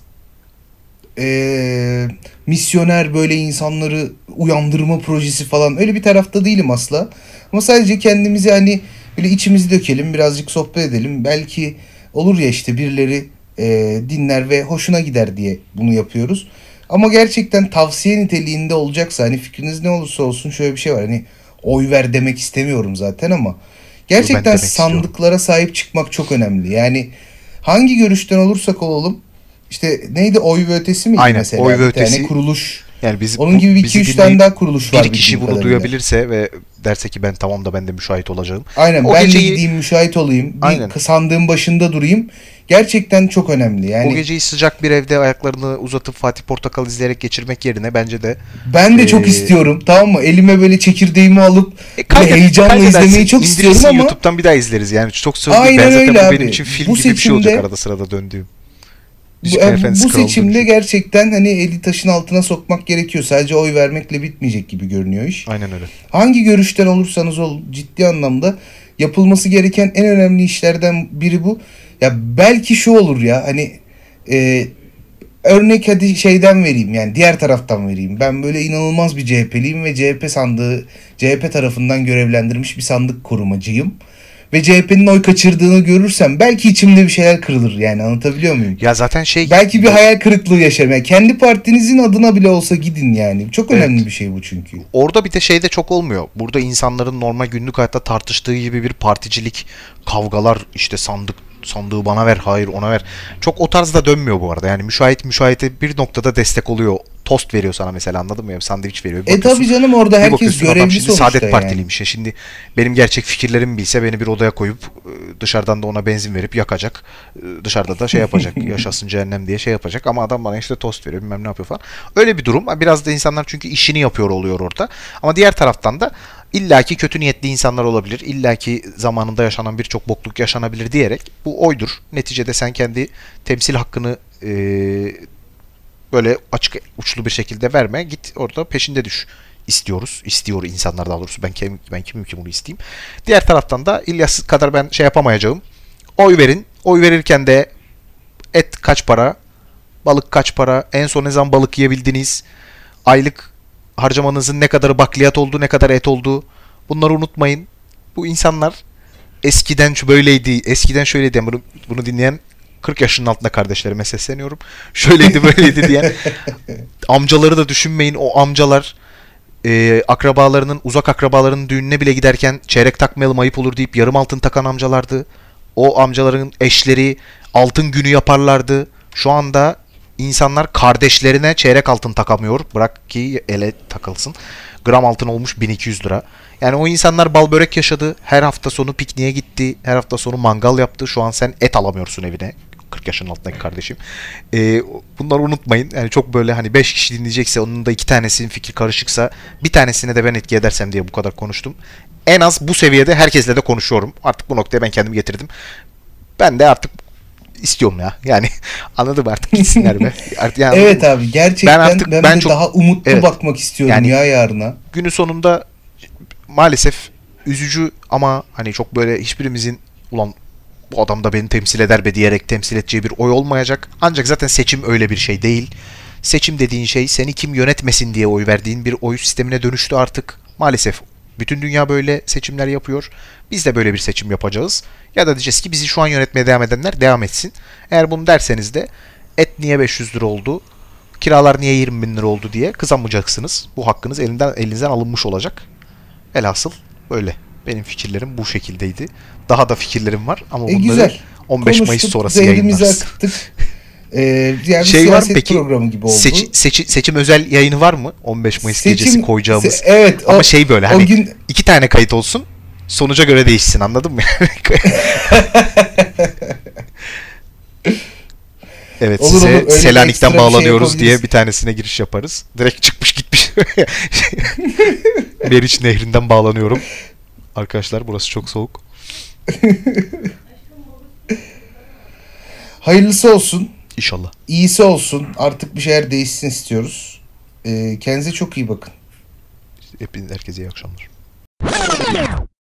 misyoner, böyle insanları uyandırma projesi falan, öyle bir tarafta değilim asla. Ama sadece kendimizi hani Böyle içimizi dökelim, birazcık sohbet edelim. Belki olur ya işte birileri dinler ve hoşuna gider diye bunu yapıyoruz. Ama gerçekten tavsiye niteliğinde olacaksa hani fikriniz ne olursa olsun şöyle bir şey var. Hani oy ver demek istemiyorum zaten ama Yo, ben gerçekten demek istiyorum. sandıklara sahip çıkmak çok önemli. Yani hangi görüşten olursak olalım işte neydi oy ve ötesi miydi Aynen, oy mesela ve bir tane ötesi. kuruluş. Yani Onun gibi iki bizi üç tane dinleyip daha kuruluş var bir kişi bildiğim bunu kadarıyla. duyabilirse ve derse ki ben tamam da ben de müşahit olacağım. Aynen O ben de geceyi gideyim müşahit olayım. Bir aynen sandığın başında durayım. Gerçekten çok önemli. o Yani geceyi sıcak bir evde ayaklarını uzatıp Fatih Portakal izleyerek geçirmek yerine bence de ben de çok eee istiyorum tamam mı? Elime böyle çekirdeğimi alıp böyle heyecanla izlemeyi kaydedersin, çok istiyorum indirirsin, ama YouTube'dan bir daha izleriz. Yani çok söyleyeyim, ben aynen zaten öyle bu benim abi. için film Bu gibi bir şey olacak seçimde arada sırada döndüğüm. bu, Yüzüklerin Efendisi bu Kralı seçimde dönüşü. gerçekten hani eli taşın altına sokmak gerekiyor. Sadece oy vermekle bitmeyecek gibi görünüyor iş. Aynen öyle. Hangi görüşten olursanız olun ciddi anlamda yapılması gereken en önemli işlerden biri bu. Ya belki şu olur ya hani e, örnek hadi şeyden vereyim yani diğer taraftan vereyim. Ben böyle inanılmaz bir CHP'liyim ve CHP tarafından görevlendirilmiş bir sandık korumacıyım. Ve CHP'nin oy kaçırdığını görürsem belki içimde bir şeyler kırılır yani anlatabiliyor muyum? Ya zaten şey Belki bir bu, hayal kırıklığı yaşarım. Yani kendi partinizin adına bile olsa gidin yani. Çok önemli evet. bir şey bu çünkü. Orada bir de şey de çok olmuyor. Burada insanların normal günlük hayatta tartıştığı gibi bir particilik, kavgalar, işte sandığı bana ver, hayır ona ver. Çok o tarzda dönmüyor bu arada. Yani müşahite bir noktada destek oluyor. Tost veriyor sana mesela, anladın mı? Yani sandviç veriyor. Bir bakıyorsun, Tabii canım orada bir herkes bakıyorsun adam görevli şimdi sonuçta Saadet yani. Partiliymiş. Ya şimdi benim gerçek fikirlerimi bilse beni bir odaya koyup dışarıdan da ona benzin verip yakacak. Dışarıda da şey yapacak. Yaşasın cehennem diye şey yapacak. Ama adam bana işte tost veriyor, bilmem ne yapıyor falan. Öyle bir durum. Biraz da insanlar çünkü işini yapıyor oluyor orada. Ama diğer taraftan da illaki kötü niyetli insanlar olabilir. İllaki zamanında yaşanan birçok bokluk yaşanabilir diyerek bu oydur. Neticede sen kendi temsil hakkını böyle açık uçlu bir şekilde verme. Git orada peşinde düş. İstiyoruz. İstiyor insanlar daha doğrusu. Ben kimim ki bunu isteyeyim. Diğer taraftan da İlyas kadar ben şey yapamayacağım. Oy verin. Oy verirken de et kaç para? Balık kaç para? En son ne zaman balık yiyebildiniz? Aylık harcamanızın ne kadarı bakliyat oldu, ne kadar et oldu? Bunları unutmayın. Bu insanlar eskiden şu böyleydi, eskiden şöyleydi. Yani bunu dinleyen 40 yaşının altında kardeşlerime sesleniyorum. Şöyleydi böyleydi diyen amcaları da düşünmeyin. O amcalar akrabalarının, uzak akrabalarının düğününe bile giderken çeyrek takmayalım ayıp olur deyip yarım altın takan amcalardı. O amcaların eşleri altın günü yaparlardı. Şu anda insanlar kardeşlerine çeyrek altın takamıyor. Bırak ki ele takılsın. Gram altın olmuş 1200 lira. Yani o insanlar bal börek yaşadı. Her hafta sonu pikniğe gitti. Her hafta sonu mangal yaptı. Şu an sen et alamıyorsun evine. 40 yaşın altındaki kardeşim. Bunları unutmayın. Yani çok böyle hani 5 kişi dinleyecekse onun da 2 tanesinin fikri karışıksa bir tanesine de ben etki edersem diye bu kadar konuştum. En az bu seviyede herkesle de konuşuyorum. Artık bu noktaya ben kendimi getirdim. Ben de artık istiyorum ya. Yani anladım, artık gitsinler be. Artık yani Evet abi gerçekten ben de çok daha umutlu evet. bakmak istiyorum Yani ya yarına. günün sonunda maalesef üzücü ama hani çok böyle hiçbirimizin ulan bu adam da beni temsil eder be diyerek temsil edeceği bir oy olmayacak. Ancak zaten seçim öyle bir şey değil. Seçim dediğin şey seni kim yönetmesin diye oy verdiğin bir oy sistemine dönüştü artık. Maalesef bütün dünya böyle seçimler yapıyor. Biz de böyle bir seçim yapacağız. Ya da diyeceğiz ki bizi şu an yönetmeye devam edenler devam etsin. Eğer bunu derseniz de et niye 500 lira oldu? Kiralar niye 20 bin lira oldu diye kızamayacaksınız. Bu hakkınız elinizden alınmış olacak. Velhasıl böyle. Benim fikirlerim bu şekildeydi. Daha da fikirlerim var ama bunları Güzel. 15 Mayıs Konuştuk, sonrası zehrimizi yayınlarız. akıttık. Yani bir Şey var mı siyaset peki? programı gibi oldu. Seçim özel yayını var mı? 15 Mayıs gecesi koyacağımız. Evet. Ama şey böyle hani gün 2 tane kayıt olsun. Sonuca göre değişsin, anladın mı? Evet, olur, size öyle bir Selanik'ten ekstra bir şey bağlanıyoruz diye yapabiliriz. bir tanesine giriş yaparız. Direkt çıkmış gitmiş. Meriç Nehri'nden bağlanıyorum. Arkadaşlar burası çok soğuk. Hayırlısı olsun. İnşallah. İyisi olsun. Artık bir şeyler değişsin istiyoruz. Kendinize çok iyi bakın. Hepinize, herkese iyi akşamlar.